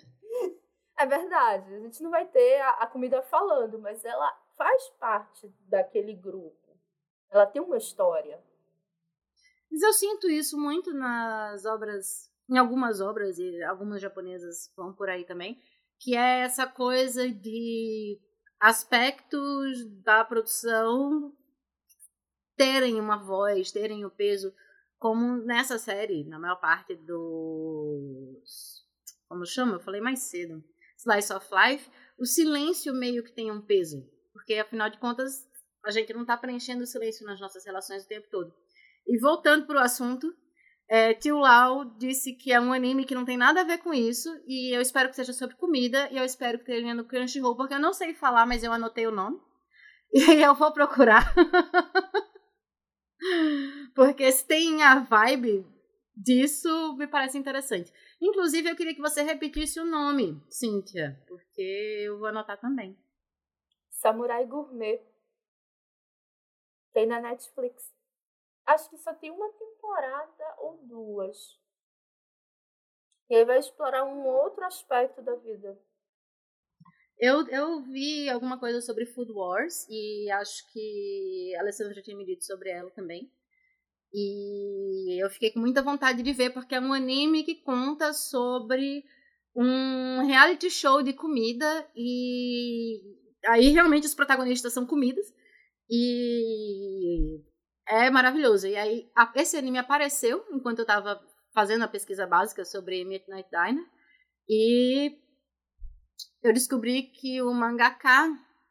É verdade. A gente não vai ter a comida falando, mas ela faz parte daquele grupo. Ela tem uma história. Mas eu sinto isso muito nas obras, em algumas obras, e algumas japonesas vão por aí também, que é essa coisa de aspectos da produção terem uma voz, terem o peso. Como nessa série, na maior parte dos... Como chama? Eu falei mais cedo. Slice of Life. O silêncio meio que tem um peso. Porque, afinal de contas, a gente não está preenchendo o silêncio nas nossas relações o tempo todo. E voltando para o assunto, Tio Lau disse que é um anime que não tem nada a ver com isso. E eu espero que seja sobre comida. E eu espero que tenha no Crunchyroll, porque eu não sei falar, mas eu anotei o nome. E eu vou procurar. Porque se tem a vibe disso, me parece interessante. Inclusive, eu queria que você repetisse o nome, Cíntia, porque eu vou anotar também. Samurai Gourmet. Tem na Netflix. Acho que só tem uma temporada ou duas. E aí vai explorar um outro aspecto da vida. Eu vi alguma coisa sobre Food Wars e acho que a Alessandra já tinha me dito sobre ela também. E eu fiquei com muita vontade de ver, porque é um anime que conta sobre um reality show de comida e aí realmente os protagonistas são comidas e é maravilhoso. E aí esse anime apareceu enquanto eu tava fazendo a pesquisa básica sobre Midnight Diner e eu descobri que o mangaka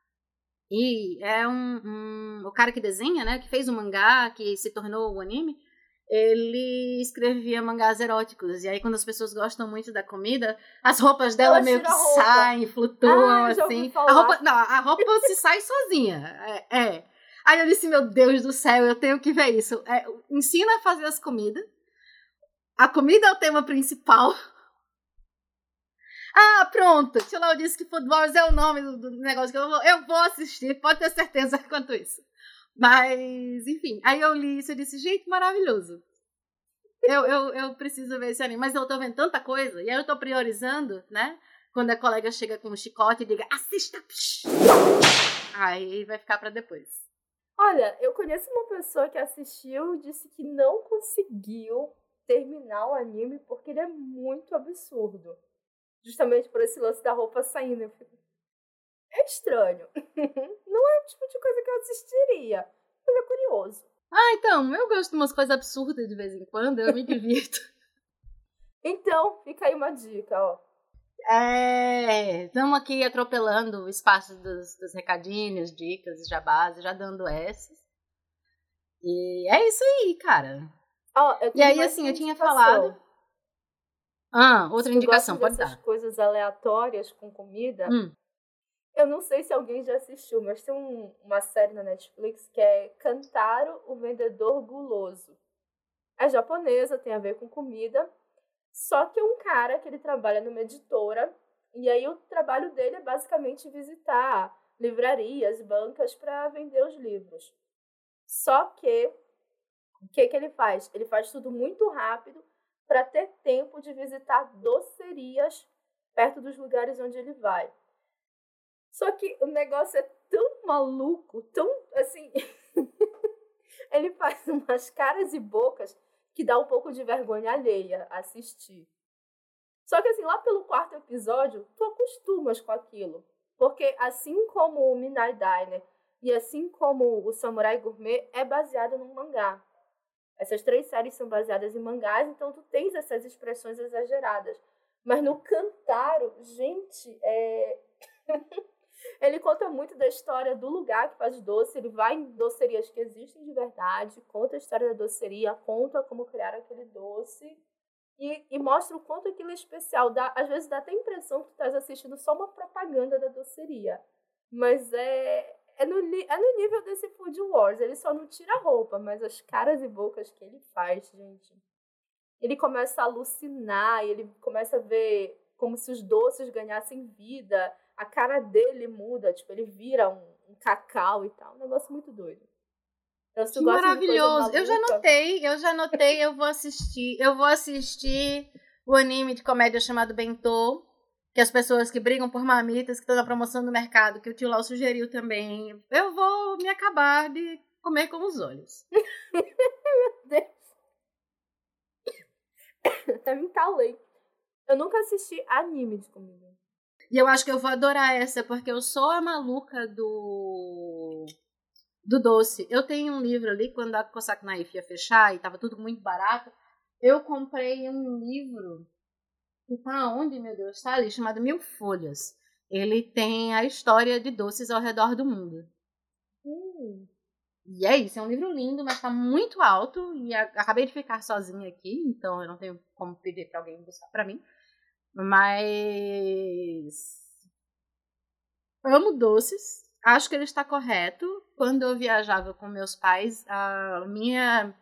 é o cara que desenha, né, que fez o mangá, que se tornou o anime, ele escrevia mangás eróticos. E aí, quando as pessoas gostam muito da comida, as roupas dela meio que saem, flutuam, assim. A roupa se sai sozinha. Aí eu disse, meu Deus do céu, eu tenho que ver isso. Ensina a fazer as comidas. A comida é o tema principal. Ah, pronto. Tio Léo disse que Food Wars é o nome do negócio que eu vou assistir, pode ter certeza quanto isso. Mas, enfim, aí eu li isso e disse, gente, maravilhoso. Eu preciso ver esse anime. Mas eu tô vendo tanta coisa, e aí eu tô priorizando, né? Quando a colega chega com um chicote e diga, assista! Aí vai ficar pra depois. Olha, eu conheço uma pessoa que assistiu e disse que não conseguiu terminar o anime porque ele é muito absurdo. Justamente por esse lance da roupa saindo. É estranho. Não é o tipo de coisa que eu assistiria. Mas é curioso. Ah, então, eu gosto de umas coisas absurdas de vez em quando, eu me divirto. Então, fica aí uma dica, ó. Estamos aqui atropelando o espaço dos recadinhos, dicas, jabás, já dando esses. E é isso aí, cara. E aí, assim, eu tinha falado... outra indicação, pode dar. Essas coisas aleatórias com comida... Eu não sei se alguém já assistiu, mas tem uma série na Netflix que é Kantaro, o Vendedor Guloso. É japonesa, tem a ver com comida. Só que é um cara que ele trabalha numa editora. E aí o trabalho dele é basicamente visitar livrarias, bancas para vender os livros. Só que, o que ele faz? Ele faz tudo muito rápido para ter tempo de visitar docerias perto dos lugares onde ele vai. Só que o negócio é tão maluco, tão, assim... ele faz umas caras e bocas que dá um pouco de vergonha alheia a assistir. Só que, assim, lá pelo 4º episódio, tu acostumas com aquilo. Porque assim como o Midnight Diner e assim como o Samurai Gourmet, é baseado num mangá. Essas 3 séries são baseadas em mangás, então tu tens essas expressões exageradas. Mas no Kantaro, gente, ele conta muito da história do lugar que faz doce, ele vai em docerias que existem de verdade, conta a história da doceria, conta como criar aquele doce e mostra o quanto aquilo é especial. Às vezes dá até a impressão que tu estás assistindo só uma propaganda da doceria, mas é no nível desse Food Wars, ele só não tira a roupa, mas as caras e bocas que ele faz, gente, ele começa a alucinar, ele começa a ver como se os doces ganhassem vida. A cara dele muda, tipo, ele vira um cacau e tal. Um negócio muito doido. Então, se tu gosta maravilhoso. De coisa maluca, eu já anotei, eu vou assistir o anime de comédia chamado Bentô, que as pessoas que brigam por marmitas, que estão na promoção do mercado, que o tio Lau sugeriu também. Eu vou me acabar de comer com os olhos. Meu Deus. Até me entalei. Eu nunca assisti anime de comida. E eu acho que eu vou adorar essa, porque eu sou a maluca do doce. Eu tenho um livro ali, quando a Cossack Knife ia fechar e tava tudo muito barato, eu comprei um livro, que tá onde, meu Deus, tá ali, chamado 1000 Folhas. Ele tem a história de doces ao redor do mundo. E é isso, é um livro lindo, mas tá muito alto, e acabei de ficar sozinha aqui, então eu não tenho como pedir pra alguém buscar pra mim. Mas amo doces, acho que ele está correto. Quando eu viajava com meus pais, a minha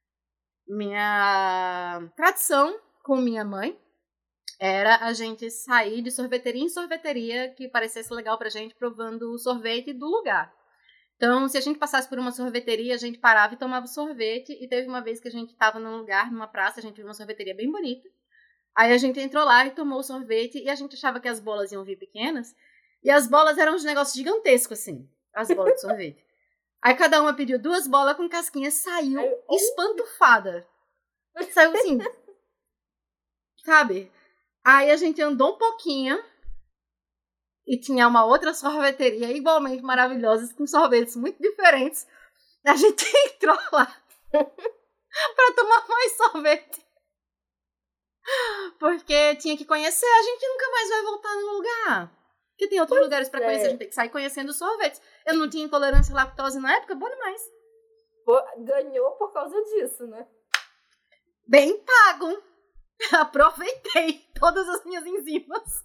tradição com minha mãe era a gente sair de sorveteria em sorveteria que parecesse legal pra gente, provando o sorvete do lugar. Então, se a gente passasse por uma sorveteria, a gente parava e tomava sorvete. E teve uma vez que a gente estava num lugar, numa praça, a gente viu uma sorveteria bem bonita. Aí a gente entrou lá e tomou o sorvete e a gente achava que as bolas iam vir pequenas. E as bolas eram uns negócios gigantescos, assim. As bolas de sorvete. Aí cada uma pediu 2 bolas com casquinha. Saiu espantufada. Saiu assim. Sabe? Aí a gente andou um pouquinho. E tinha uma outra sorveteria igualmente maravilhosa, com sorvetes muito diferentes. A gente entrou lá pra tomar mais sorvete. Porque tinha que conhecer, a gente nunca mais vai voltar no lugar. Porque tem outros lugares pra conhecer, a gente tem que sair conhecendo sorvetes. Eu não tinha intolerância à lactose na época, bom demais. Ganhou por causa disso, né? Bem pago. Aproveitei todas as minhas enzimas.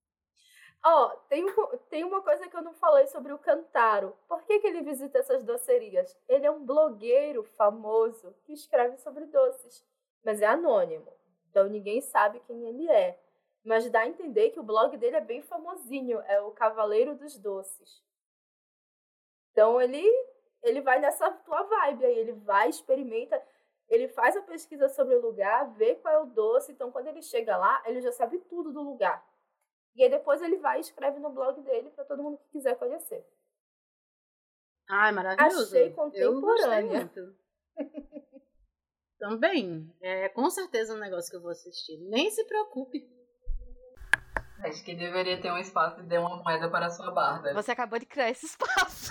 Tem uma coisa que eu não falei sobre o Kantaro. Por que ele visita essas docerias? Ele é um blogueiro famoso que escreve sobre doces, mas é anônimo. Então ninguém sabe quem ele é. Mas dá a entender que o blog dele é bem famosinho. É o Cavaleiro dos Doces. Então ele vai nessa tua vibe aí. Ele vai, experimenta. Ele faz a pesquisa sobre o lugar, vê qual é o doce. Então quando ele chega lá, ele já sabe tudo do lugar. E aí depois ele vai e escreve no blog dele para todo mundo que quiser conhecer. Ai, maravilhoso. Achei contemporânea. Também. É com certeza um negócio que eu vou assistir. Nem se preocupe. Acho que deveria ter um espaço e dê uma moeda para a sua barda. Você acabou de criar esse espaço.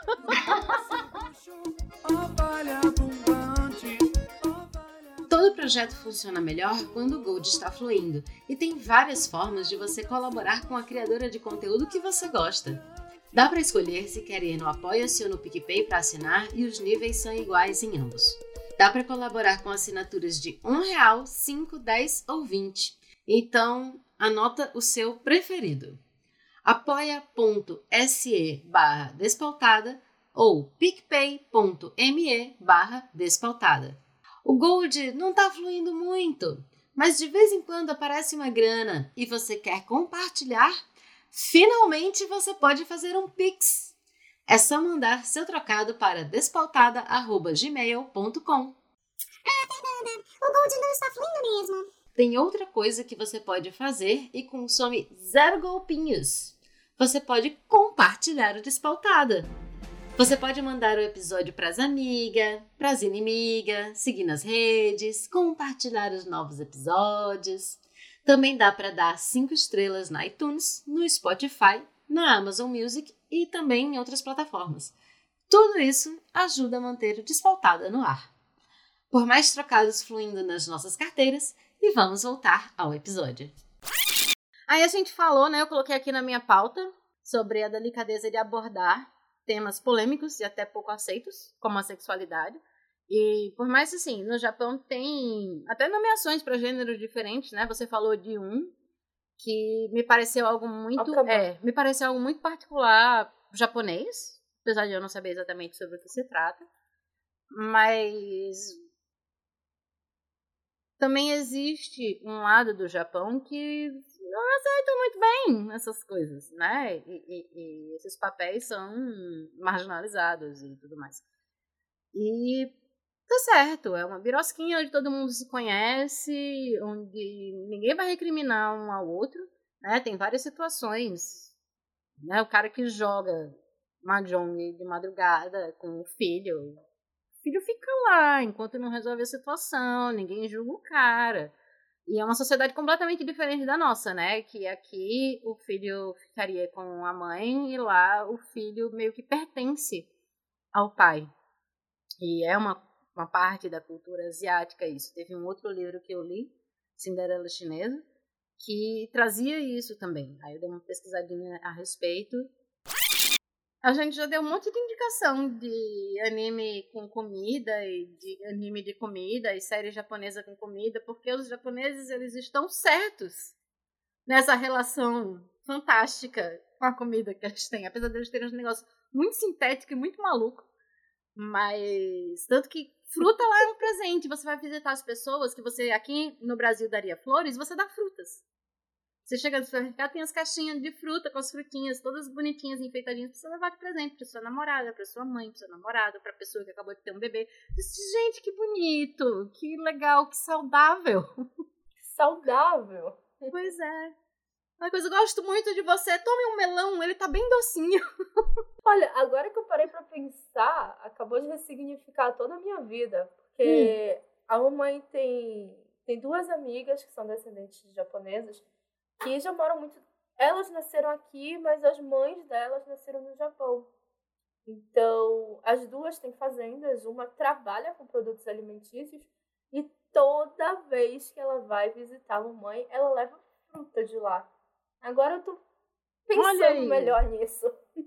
Todo projeto funciona melhor quando o Gold está fluindo, e tem várias formas de você colaborar com a criadora de conteúdo que você gosta. Dá para escolher se quer ir no Apoia-se ou no PicPay para assinar, e os níveis são iguais em ambos. Dá para colaborar com assinaturas de R$1, 5, 10 ou 20. Então, anota o seu preferido. apoia.se/despautada ou picpay.me/despautada. O Gold não tá fluindo muito, mas de vez em quando aparece uma grana e você quer compartilhar, finalmente você pode fazer um Pix. É só mandar seu trocado para despautada@gmail.com. Fernanda, o Gold não está fluindo mesmo. Tem outra coisa que você pode fazer e consome 0 golpinhos. Você pode compartilhar o Despautada. Você pode mandar o episódio para as amigas, para as inimigas, seguir nas redes, compartilhar os novos episódios. Também dá para dar 5 estrelas na iTunes, no Spotify, na Amazon Music e também em outras plataformas. Tudo isso ajuda a manter o Despautada no ar. Por mais trocados fluindo nas nossas carteiras, e vamos voltar ao episódio. Aí a gente falou, né? Eu coloquei aqui na minha pauta sobre a delicadeza de abordar temas polêmicos e até pouco aceitos, como a sexualidade. E por mais assim, no Japão tem até nomeações para gêneros diferentes, né? Você falou de um que me pareceu algo muito, me pareceu algo muito particular japonês, apesar de eu não saber exatamente sobre o que se trata. Mas também existe um lado do Japão que não aceita muito bem essas coisas, né? E esses papéis são marginalizados e tudo mais. E tá certo, é uma birosquinha onde todo mundo se conhece, onde ninguém vai recriminar um ao outro, né? Tem várias situações, né? O cara que joga mahjong de madrugada com o filho fica lá enquanto não resolve a situação, ninguém julga o cara. E é uma sociedade completamente diferente da nossa, né? Que aqui o filho ficaria com a mãe e lá o filho meio que pertence ao pai. E é uma parte da cultura asiática isso. Teve um outro livro que eu li, Cinderela Chinesa, que trazia isso também. Aí eu dei uma pesquisadinha a respeito. A gente já deu um monte de indicação de anime com comida e de anime de comida e série japonesa com comida, porque os japoneses eles estão certos nessa relação fantástica com a comida que eles têm, apesar de eles terem um negócio muito sintético e muito maluco. Mas tanto que fruta lá é um presente, você vai visitar as pessoas que você aqui no Brasil daria flores, você dá frutas. Você chega no supermercado, tem as caixinhas de fruta com as frutinhas todas bonitinhas, enfeitadinhas, pra você levar de presente pra sua namorada, pra sua mãe, pra seu namorado, pra pessoa que acabou de ter um bebê. Gente, que bonito, que legal, que saudável. Saudável? Pois é. Uma coisa, eu gosto muito de você, tome um melão, ele tá bem docinho. Olha, agora que eu parei pra pensar, acabou de ressignificar toda a minha vida, porque a mamãe tem 2 amigas que são descendentes de japonesas, que já moram muito... Elas nasceram aqui, mas as mães delas nasceram no Japão. Então, as 2 têm fazendas, uma trabalha com produtos alimentícios e toda vez que ela vai visitar a mamãe, ela leva fruta de lá. Agora eu tô pensando melhor nisso.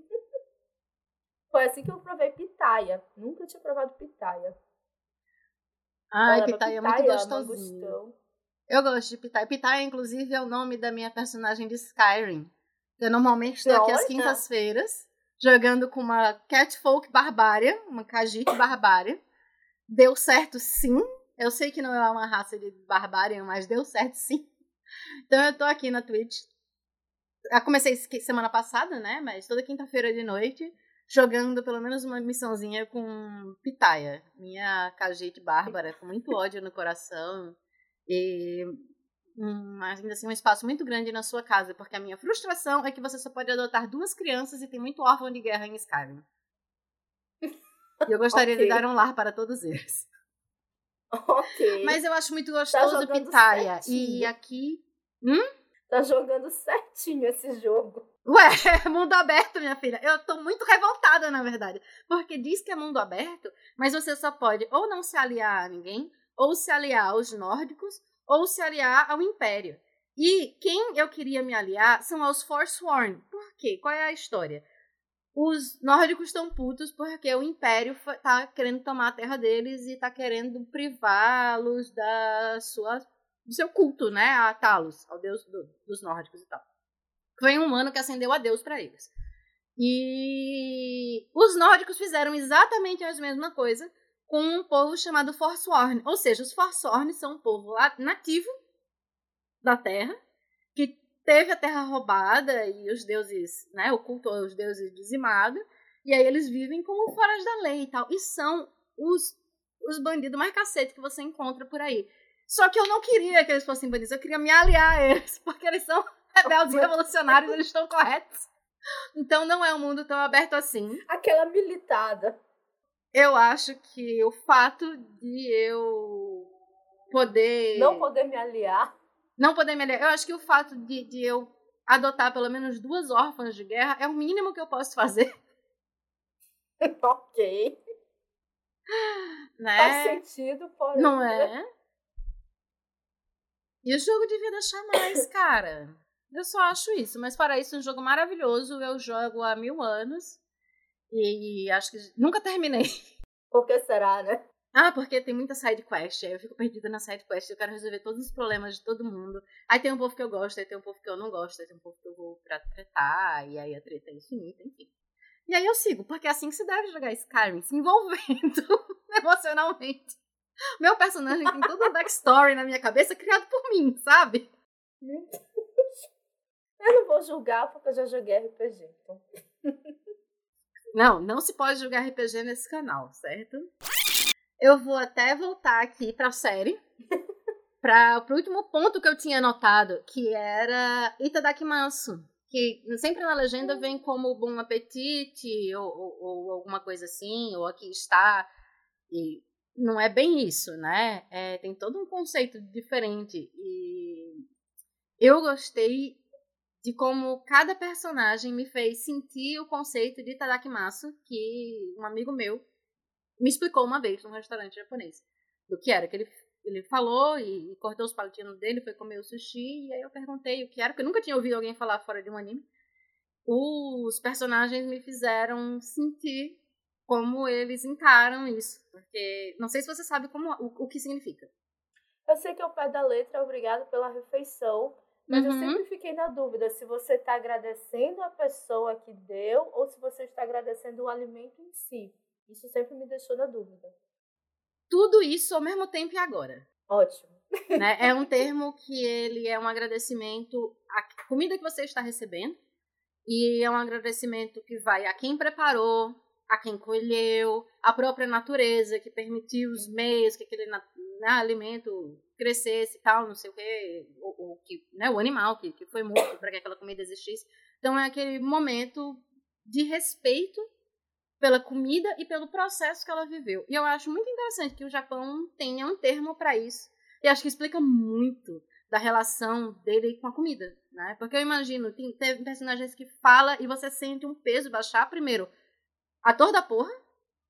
Foi assim que eu provei pitaia. Nunca tinha provado pitaia. Ai, pitaia é muito gostosinho. Eu gosto de pitaia. Pitaia, inclusive, é o nome da minha personagem de Skyrim. Eu normalmente estou aqui às quintas-feiras, jogando com uma Catfolk Barbária, uma Khajiit Barbária. Deu certo, sim. Eu sei que não é uma raça de Barbária, mas deu certo, sim. Então eu tô aqui na Twitch. Eu comecei semana passada, né? Mas toda quinta-feira de noite, jogando pelo menos uma missãozinha com Pitaia, minha Khajiit bárbara, com muito ódio no coração. E ainda assim um espaço muito grande na sua casa, porque a minha frustração é que você só pode adotar 2 crianças e tem muito órfão de guerra em Skyrim. E eu gostaria de dar um lar para todos eles. Ok. Mas eu acho muito gostoso Pitaia. E aqui... Tá jogando certinho esse jogo. Ué, mundo aberto, minha filha. Eu tô muito revoltada, na verdade. Porque diz que é mundo aberto, mas você só pode ou não se aliar a ninguém, ou se aliar aos nórdicos, ou se aliar ao Império. E quem eu queria me aliar são aos Forsworn. Por quê? Qual é a história? Os nórdicos estão putos porque o Império tá querendo tomar a terra deles e tá querendo privá-los do seu culto, né? A Talos, ao deus dos nórdicos e tal. Foi um humano que acendeu a Deus para eles. E os nórdicos fizeram exatamente a mesma coisa com um povo chamado Forsworn. Ou seja, os Forsworn são um povo nativo da Terra, que teve a Terra roubada e os deuses, né, o culto aos deuses dizimado, e aí eles vivem como fora da lei e tal. E são os bandidos mais cacete que você encontra por aí. Só que eu não queria que eles fossem bandidos, eu queria me aliar a eles, porque eles são rebeldes revolucionários, eles estão corretos. Então não é um mundo tão aberto assim. Aquela militada. Eu acho que o fato de eu poder... Não poder me aliar. Eu acho que o fato de eu adotar pelo menos 2 órfãs de guerra é o mínimo que eu posso fazer. Ok. Né? Faz sentido, porém. Não é? E o jogo devia deixar mais, cara. Eu só acho isso. Mas fora isso, é um jogo maravilhoso. Eu jogo há 1000 anos. E acho que nunca terminei. Por que será, né? Porque tem muita side quest. Aí eu fico perdida na side quest. Eu quero resolver todos os problemas de todo mundo. Aí tem um povo que eu gosto, aí tem um povo que eu não gosto, aí tem um povo que eu vou pra tretar. E aí a treta é infinita, enfim. E aí eu sigo, porque é assim que se deve jogar Skyrim, se envolvendo emocionalmente. Meu personagem tem toda uma backstory na minha cabeça criado por mim, sabe? Eu não vou julgar porque eu já joguei RPG. Então. Não se pode jogar RPG nesse canal, certo? Eu vou até voltar aqui pra série. Pro último ponto que eu tinha anotado, que era Itadakimasu. Que sempre na legenda vem como bom apetite, ou alguma coisa assim, ou aqui está. E não é bem isso, né? Tem todo um conceito diferente. E eu gostei de como cada personagem me fez sentir o conceito de Itadakimasu, que um amigo meu me explicou uma vez num restaurante japonês. Do que era, que ele falou e cortou os palitinhos dele, foi comer o sushi, e aí eu perguntei o que era, porque eu nunca tinha ouvido alguém falar fora de um anime. Os personagens me fizeram sentir como eles encaram isso, porque não sei se você sabe o que significa. Eu sei que ao pé da letra, obrigado pela refeição, mas eu sempre fiquei na dúvida se você está agradecendo a pessoa que deu ou se você está agradecendo o alimento em si. Isso sempre me deixou na dúvida. Tudo isso ao mesmo tempo e agora. Ótimo. Né? É um termo que ele é um agradecimento à comida que você está recebendo e é um agradecimento que vai a quem preparou, a quem colheu, a própria natureza que permitiu os meios que aquele alimento crescesse e tal, não sei o quê, o animal que foi morto para que aquela comida existisse. Então é aquele momento de respeito pela comida e pelo processo que ela viveu. E eu acho muito interessante que o Japão tenha um termo para isso. E acho que explica muito da relação dele com a comida, né? Porque eu imagino, tem personagens que fala e você sente um peso baixar primeiro. Ator da porra.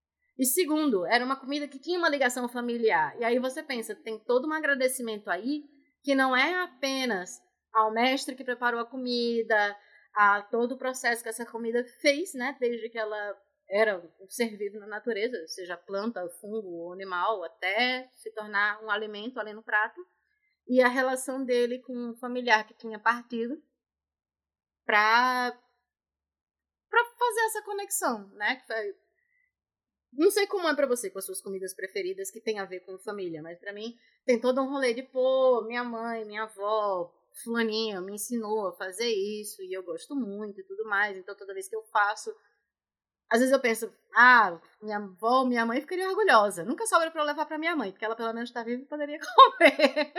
E segundo, era uma comida que tinha uma ligação familiar. E aí você pensa, tem todo um agradecimento aí, que não é apenas ao mestre que preparou a comida, a todo o processo que essa comida fez, né? Desde que ela era um ser vivo na natureza, seja planta, fungo ou animal, até se tornar um alimento ali no prato. E a relação dele com um familiar que tinha partido para fazer essa conexão, né? Que foi... Não sei como é pra você com as suas comidas preferidas que tem a ver com família, mas pra mim tem todo um rolê de, pô, minha mãe, minha avó, fulaninha me ensinou a fazer isso e eu gosto muito e tudo mais, então toda vez que eu faço, às vezes eu penso, minha avó, minha mãe ficaria orgulhosa. Nunca sobra pra eu levar pra minha mãe, porque ela pelo menos tá viva e poderia comer.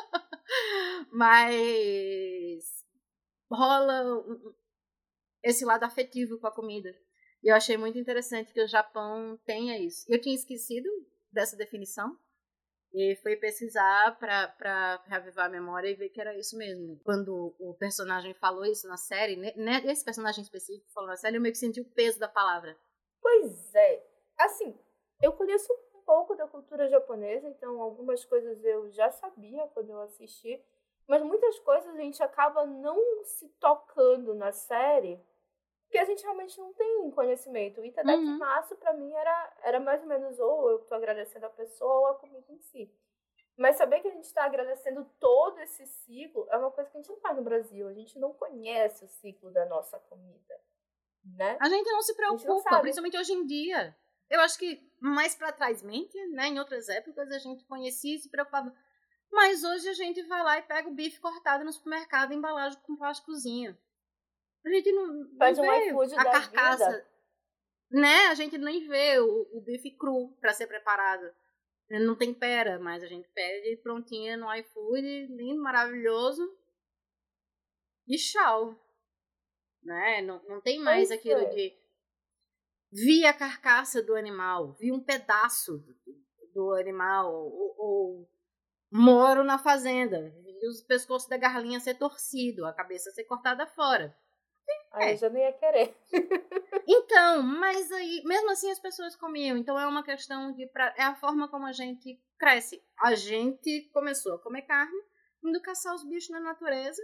Mas rola esse lado afetivo com a comida. E eu achei muito interessante que o Japão tenha isso. Eu tinha esquecido dessa definição e fui pesquisar para reavivar a memória e ver que era isso mesmo. Quando o personagem falou isso na série, esse personagem específico falou na série, eu meio que senti o peso da palavra. Pois é. Assim, eu conheço um pouco da cultura japonesa, então algumas coisas eu já sabia quando eu assisti, mas muitas coisas a gente acaba não se tocando na série, porque a gente realmente não tem conhecimento. O itadakimasu, pra mim, era mais ou menos ou eu tô agradecendo a pessoa ou a comida em si. Mas saber que a gente tá agradecendo todo esse ciclo é uma coisa que a gente não faz no Brasil. A gente não conhece o ciclo da nossa comida, né? A gente não se preocupa, principalmente hoje em dia. Eu acho que mais pra trás, né? Em outras épocas a gente conhecia e se preocupava. Mas hoje a gente vai lá e pega o bife cortado no supermercado e embalagem com plásticozinho. A gente não vê a carcaça, vida. Né? A gente nem vê o bife cru para ser preparado. Ele não tempera, mas a gente pede prontinha no iFood, lindo, maravilhoso. E tchau. Né? Não tem mais aquilo de... Vi a carcaça do animal, vi um pedaço do animal, ou moro na fazenda, vi os pescoços da galinha ser torcido, a cabeça ser cortada fora. Aí eu já não ia querer. Então, mas aí, mesmo assim as pessoas comiam. Então é uma questão de... é a forma como a gente cresce. A gente começou a comer carne, indo caçar os bichos na natureza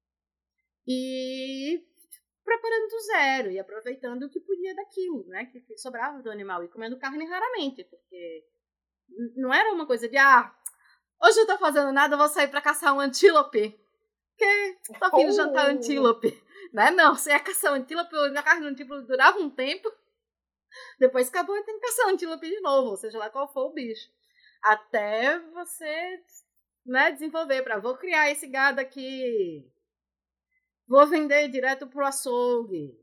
e preparando do zero e aproveitando o que podia daquilo, né? Que sobrava do animal e comendo carne raramente, porque não era uma coisa de hoje eu tô fazendo nada, eu vou sair pra caçar um antílope. Porque tô afim de jantar antílope. Né? Não, você ia caçar um antílope, a carne do antílope durava um tempo, depois acabou e tem que caçar um antílope de novo, ou seja lá qual for o bicho. Até você, né, desenvolver vou criar esse gado aqui, vou vender direto pro açougue.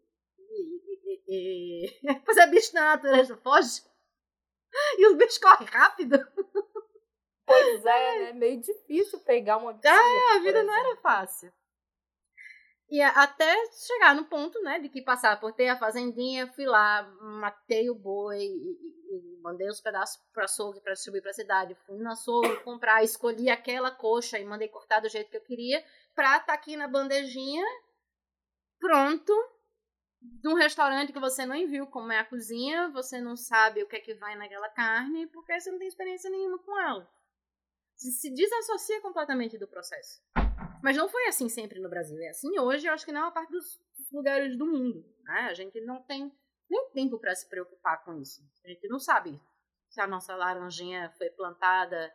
Fazer bicho na natureza, foge. E os bichos correm rápido. Pois é, né? Meio difícil pegar uma bichinha. A vida não era fácil. E até chegar no ponto, né, de que passar por ter a fazendinha, fui lá, matei o boi e mandei os pedaços para açougue para distribuir para a cidade. Fui no açougue comprar, escolhi aquela coxa e mandei cortar do jeito que eu queria para estar aqui na bandejinha, pronto, de um restaurante que você não viu como é a cozinha, você não sabe o que é que vai naquela carne, porque você não tem experiência nenhuma com ela. Se desassocia completamente do processo. Mas não foi assim sempre no Brasil. É assim hoje, eu acho que na maior parte dos lugares do mundo. Né? A gente não tem nem tempo para se preocupar com isso. A gente não sabe se a nossa laranjinha foi plantada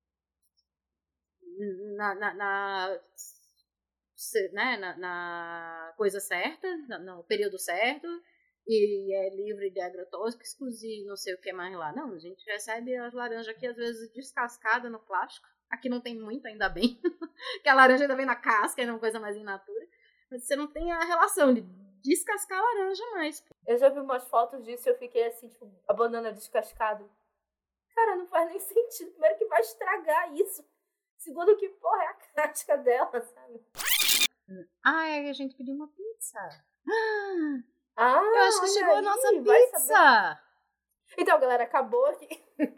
na coisa certa, no período certo, e é livre de agrotóxicos e não sei o que mais lá. Não, a gente recebe as laranjas aqui, às vezes, descascadas no plástico. Aqui não tem muito, ainda bem, que a laranja ainda vem na casca, é uma coisa mais in natura. Mas você não tem a relação de descascar a laranja mais. Eu já vi umas fotos disso e eu fiquei assim, tipo, a banana descascada. Cara, não faz nem sentido. Primeiro que vai estragar isso. Segundo que, porra, é a casca dela, sabe? A gente pediu uma pizza. Eu acho que chegou a nossa pizza. Então, galera, acabou aqui.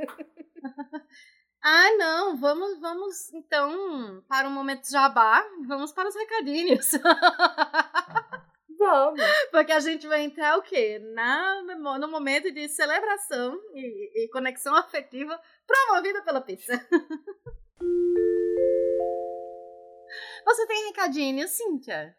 Não, vamos então para o momento jabá, vamos para os recadinhos. Vamos! Porque a gente vai entrar o quê? No momento de celebração e conexão afetiva promovida pela pizza. Você tem recadinho, Cíntia?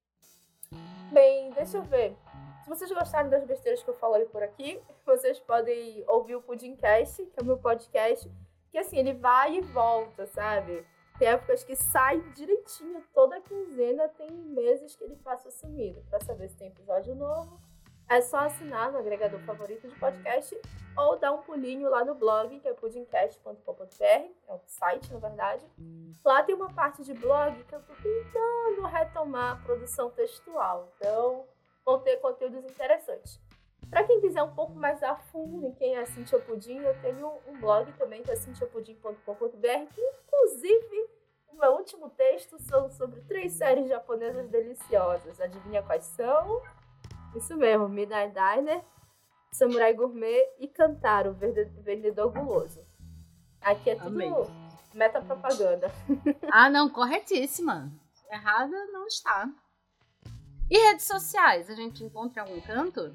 Bem, deixa eu ver. Se vocês gostaram das besteiras que eu falei por aqui, vocês podem ouvir o Pudimcast, que é o meu podcast, que assim, ele vai e volta, sabe? Tem épocas que sai direitinho, toda quinzena, tem meses que ele passa sumido. Pra saber se tem episódio novo, é só assinar no agregador favorito de podcast ou dar um pulinho lá no blog, que é pudimcast.com.br, é um site, na verdade. Lá tem uma parte de blog que eu tô tentando retomar a produção textual, então vão ter conteúdos interessantes. Para quem quiser um pouco mais a fundo em quem é a Cíntia Pudim, eu tenho um blog também, que é cinciapudim.com.br, que inclusive o meu último texto são sobre 3 séries japonesas deliciosas. Adivinha quais são? Isso mesmo, Midnight Diner, Samurai Gourmet e Kantaro, Vendedor Guloso. Aqui é tudo metapropaganda. Ah, não, corretíssima. Errada não está. E redes sociais, a gente encontra em algum canto?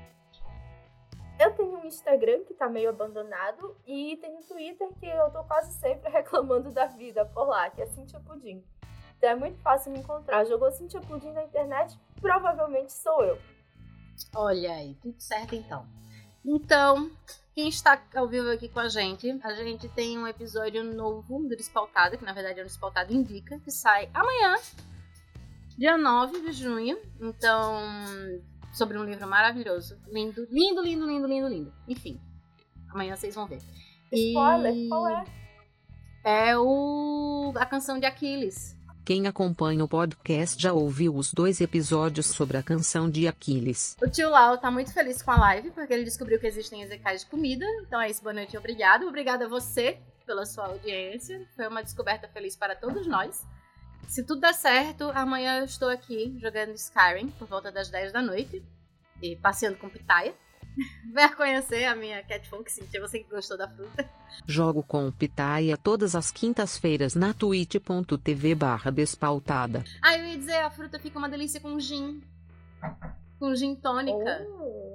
Eu tenho um Instagram que tá meio abandonado e tenho um Twitter que eu tô quase sempre reclamando da vida por lá, que é Cíntia Pudim. Então é muito fácil me encontrar. Jogou Cíntia Pudim na internet, provavelmente sou eu. Olha aí, tudo certo então. Então, quem está ao vivo aqui com a gente tem um episódio novo do Despautada, que na verdade é o Despautada Indica, que sai amanhã, dia 9 de junho. Então, sobre um livro maravilhoso. Lindo, lindo, lindo, lindo, lindo, lindo. Enfim, amanhã vocês vão ver. Spoiler, qual é? É a canção de Aquiles. Quem acompanha o podcast já ouviu os 2 episódios sobre a canção de Aquiles. O tio Lau tá muito feliz com a live, porque ele descobriu que existem EZKs de comida. Então é isso, boa noite e obrigado. Obrigada a você pela sua audiência. Foi uma descoberta feliz para todos nós. Se tudo der certo, amanhã eu estou aqui jogando Skyrim por volta das 10 da noite e passeando com Pitaya. Venha conhecer a minha Catfunk, Cíntia, você que gostou da fruta. Jogo com Pitaya todas as quintas-feiras na twitch.tv/despautada. Ah, eu ia dizer, a fruta fica uma delícia com gin. Com gin tônica.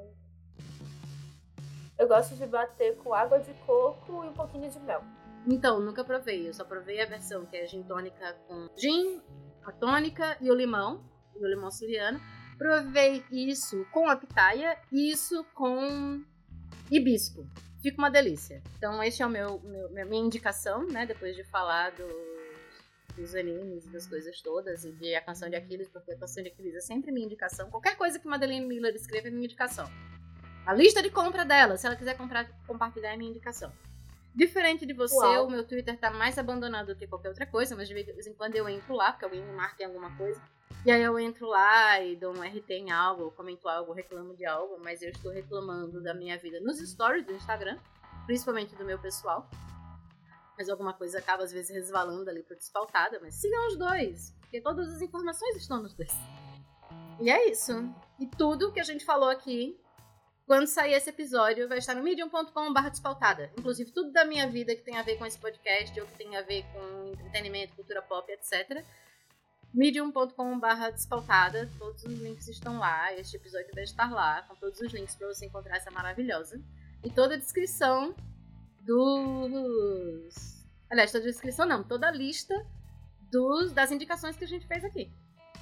Eu gosto de bater com água de coco e um pouquinho de mel. Então, nunca provei. Eu só provei a versão que é gin tônica com gin, a tônica e o limão siciliano. Provei isso com a pitaya e isso com hibisco. Fica uma delícia. Então, esse é minha indicação, né? Depois de falar dos animes, das coisas todas e de A Canção de Aquiles, porque A Canção de Aquiles é sempre minha indicação. Qualquer coisa que Madeleine Miller escreva é minha indicação. A lista de compra dela, se ela quiser compartilhar, é minha indicação. Diferente de você, o meu Twitter tá mais abandonado do que qualquer outra coisa, mas de vez em quando eu entro lá, porque alguém me marca em alguma coisa. E aí eu entro lá e dou um RT em algo, comento algo, reclamo de algo, mas eu estou reclamando da minha vida nos stories do Instagram, principalmente do meu pessoal. Mas alguma coisa acaba às vezes resvalando ali pro Despautada, mas sigam os 2, porque todas as informações estão nos 2. E é isso. E tudo que a gente falou aqui, quando sair esse episódio, vai estar no medium.com/despautada. Inclusive tudo da minha vida que tem a ver com esse podcast, ou que tem a ver com entretenimento, cultura pop, etc. medium.com/despautada. Todos os links estão lá. Este episódio vai estar lá, com todos os links para você encontrar essa maravilhosa. E toda a descrição dos... Aliás, toda a descrição não, toda a lista das indicações que a gente fez aqui.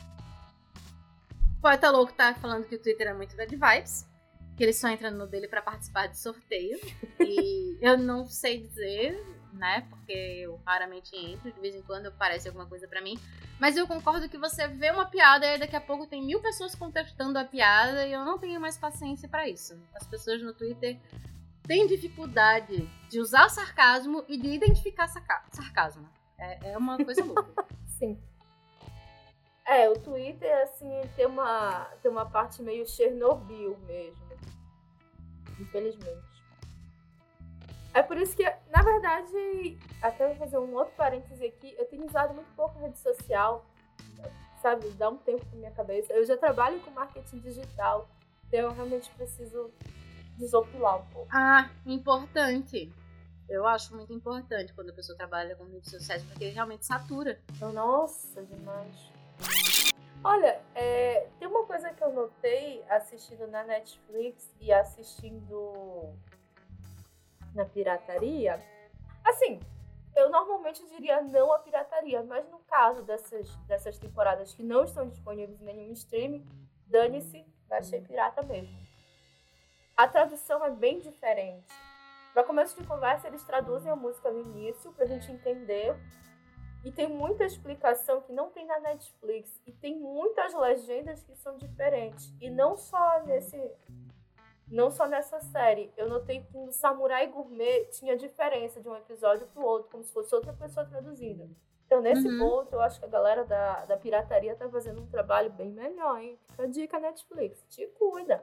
O Poeta Louco tá falando que o Twitter é muito bad vibes, que ele só entra no dele para participar de sorteio. E eu não sei dizer, né, porque eu raramente entro, de vez em quando aparece alguma coisa pra mim. Mas eu concordo que você vê uma piada e daqui a pouco tem 1000 pessoas contestando a piada e eu não tenho mais paciência pra isso. As pessoas no Twitter têm dificuldade de usar sarcasmo e de identificar sarcasmo. É uma coisa louca. Sim. O Twitter, assim, tem uma parte meio Chernobyl mesmo. Infelizmente. É por isso que, na verdade, até vou fazer um outro parêntese aqui, eu tenho usado muito pouco rede social, sabe? Dá um tempo na minha cabeça. Eu já trabalho com marketing digital, então eu realmente preciso desopilar um pouco. Ah, importante. Eu acho muito importante quando a pessoa trabalha com redes sociais, porque realmente satura. Nossa, demais. Olha, tem uma coisa que eu notei assistindo na Netflix e assistindo na pirataria. Assim, eu normalmente diria não à pirataria, mas no caso dessas temporadas que não estão disponíveis em nenhum streaming, dane-se, baixei pirata mesmo. A tradução é bem diferente. Para começo de conversa, eles traduzem a música no início pra gente entender. E tem muita explicação que não tem na Netflix. E tem muitas legendas que são diferentes. E não só nessa série. Eu notei que no Samurai Gourmet tinha diferença de um episódio pro outro, como se fosse outra pessoa traduzindo. Então, nesse ponto, eu acho que a galera da pirataria tá fazendo um trabalho bem melhor, hein? Fica a dica, Netflix. Te cuida.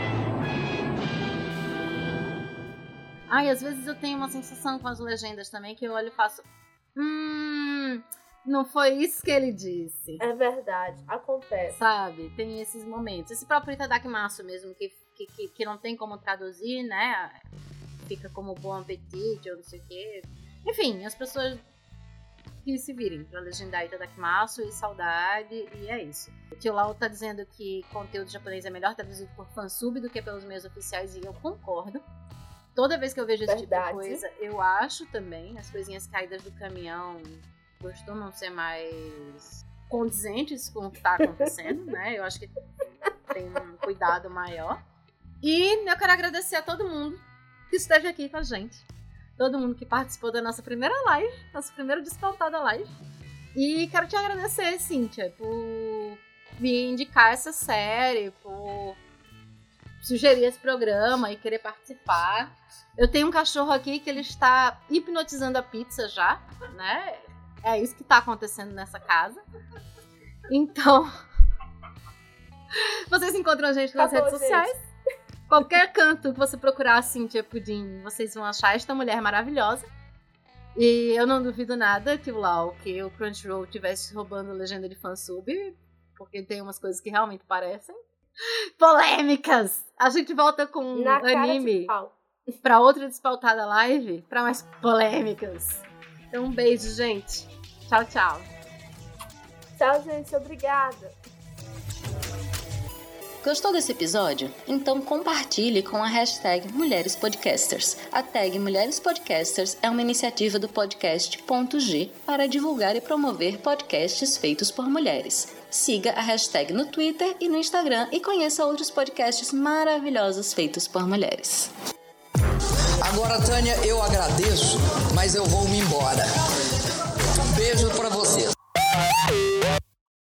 Ai, às vezes eu tenho uma sensação com as legendas também, que eu olho e faço... não foi isso que ele disse. É verdade, acontece. Sabe, tem esses momentos. Esse próprio Itadakimasu mesmo, que não tem como traduzir, né? Fica como bom apetite ou não sei o quê. Enfim, as pessoas que se virem pra legendar Itadakimasu e saudade, e é isso. O tio Lau tá dizendo que conteúdo japonês é melhor traduzido por fansub do que pelos meios oficiais, e eu concordo. Toda vez que eu vejo esse tipo de coisa, eu acho também, as coisinhas caídas do caminhão costumam ser mais condizentes com o que tá acontecendo, né? Eu acho que tem um cuidado maior. E eu quero agradecer a todo mundo que esteve aqui com a gente. Todo mundo que participou da nossa primeira live, nossa primeira Despautada live. E quero te agradecer, Cíntia, por vir indicar essa série, por sugerir esse programa e querer participar. Eu tenho um cachorro aqui que ele está hipnotizando a pizza já, né? É isso que está acontecendo nessa casa. Então, vocês encontram a gente nas redes sociais. Qualquer canto que você procurar a Cíntia Pudim, vocês vão achar esta mulher maravilhosa. E eu não duvido nada que o Crunchyroll estivesse roubando legenda de fansub, porque tem umas coisas que realmente parecem. Polêmicas! A gente volta com um anime pra outra Despautada live, pra mais polêmicas. Então um beijo, gente. Tchau, tchau. Tchau, gente. Obrigada. Gostou desse episódio? Então compartilhe com a hashtag Mulheres Podcasters. A tag Mulheres Podcasters é uma iniciativa do podcast .g para divulgar e promover podcasts feitos por mulheres. Siga a hashtag no Twitter e no Instagram e conheça outros podcasts maravilhosos feitos por mulheres. Agora, Tânia, eu agradeço, mas eu vou me embora. Beijo pra vocês.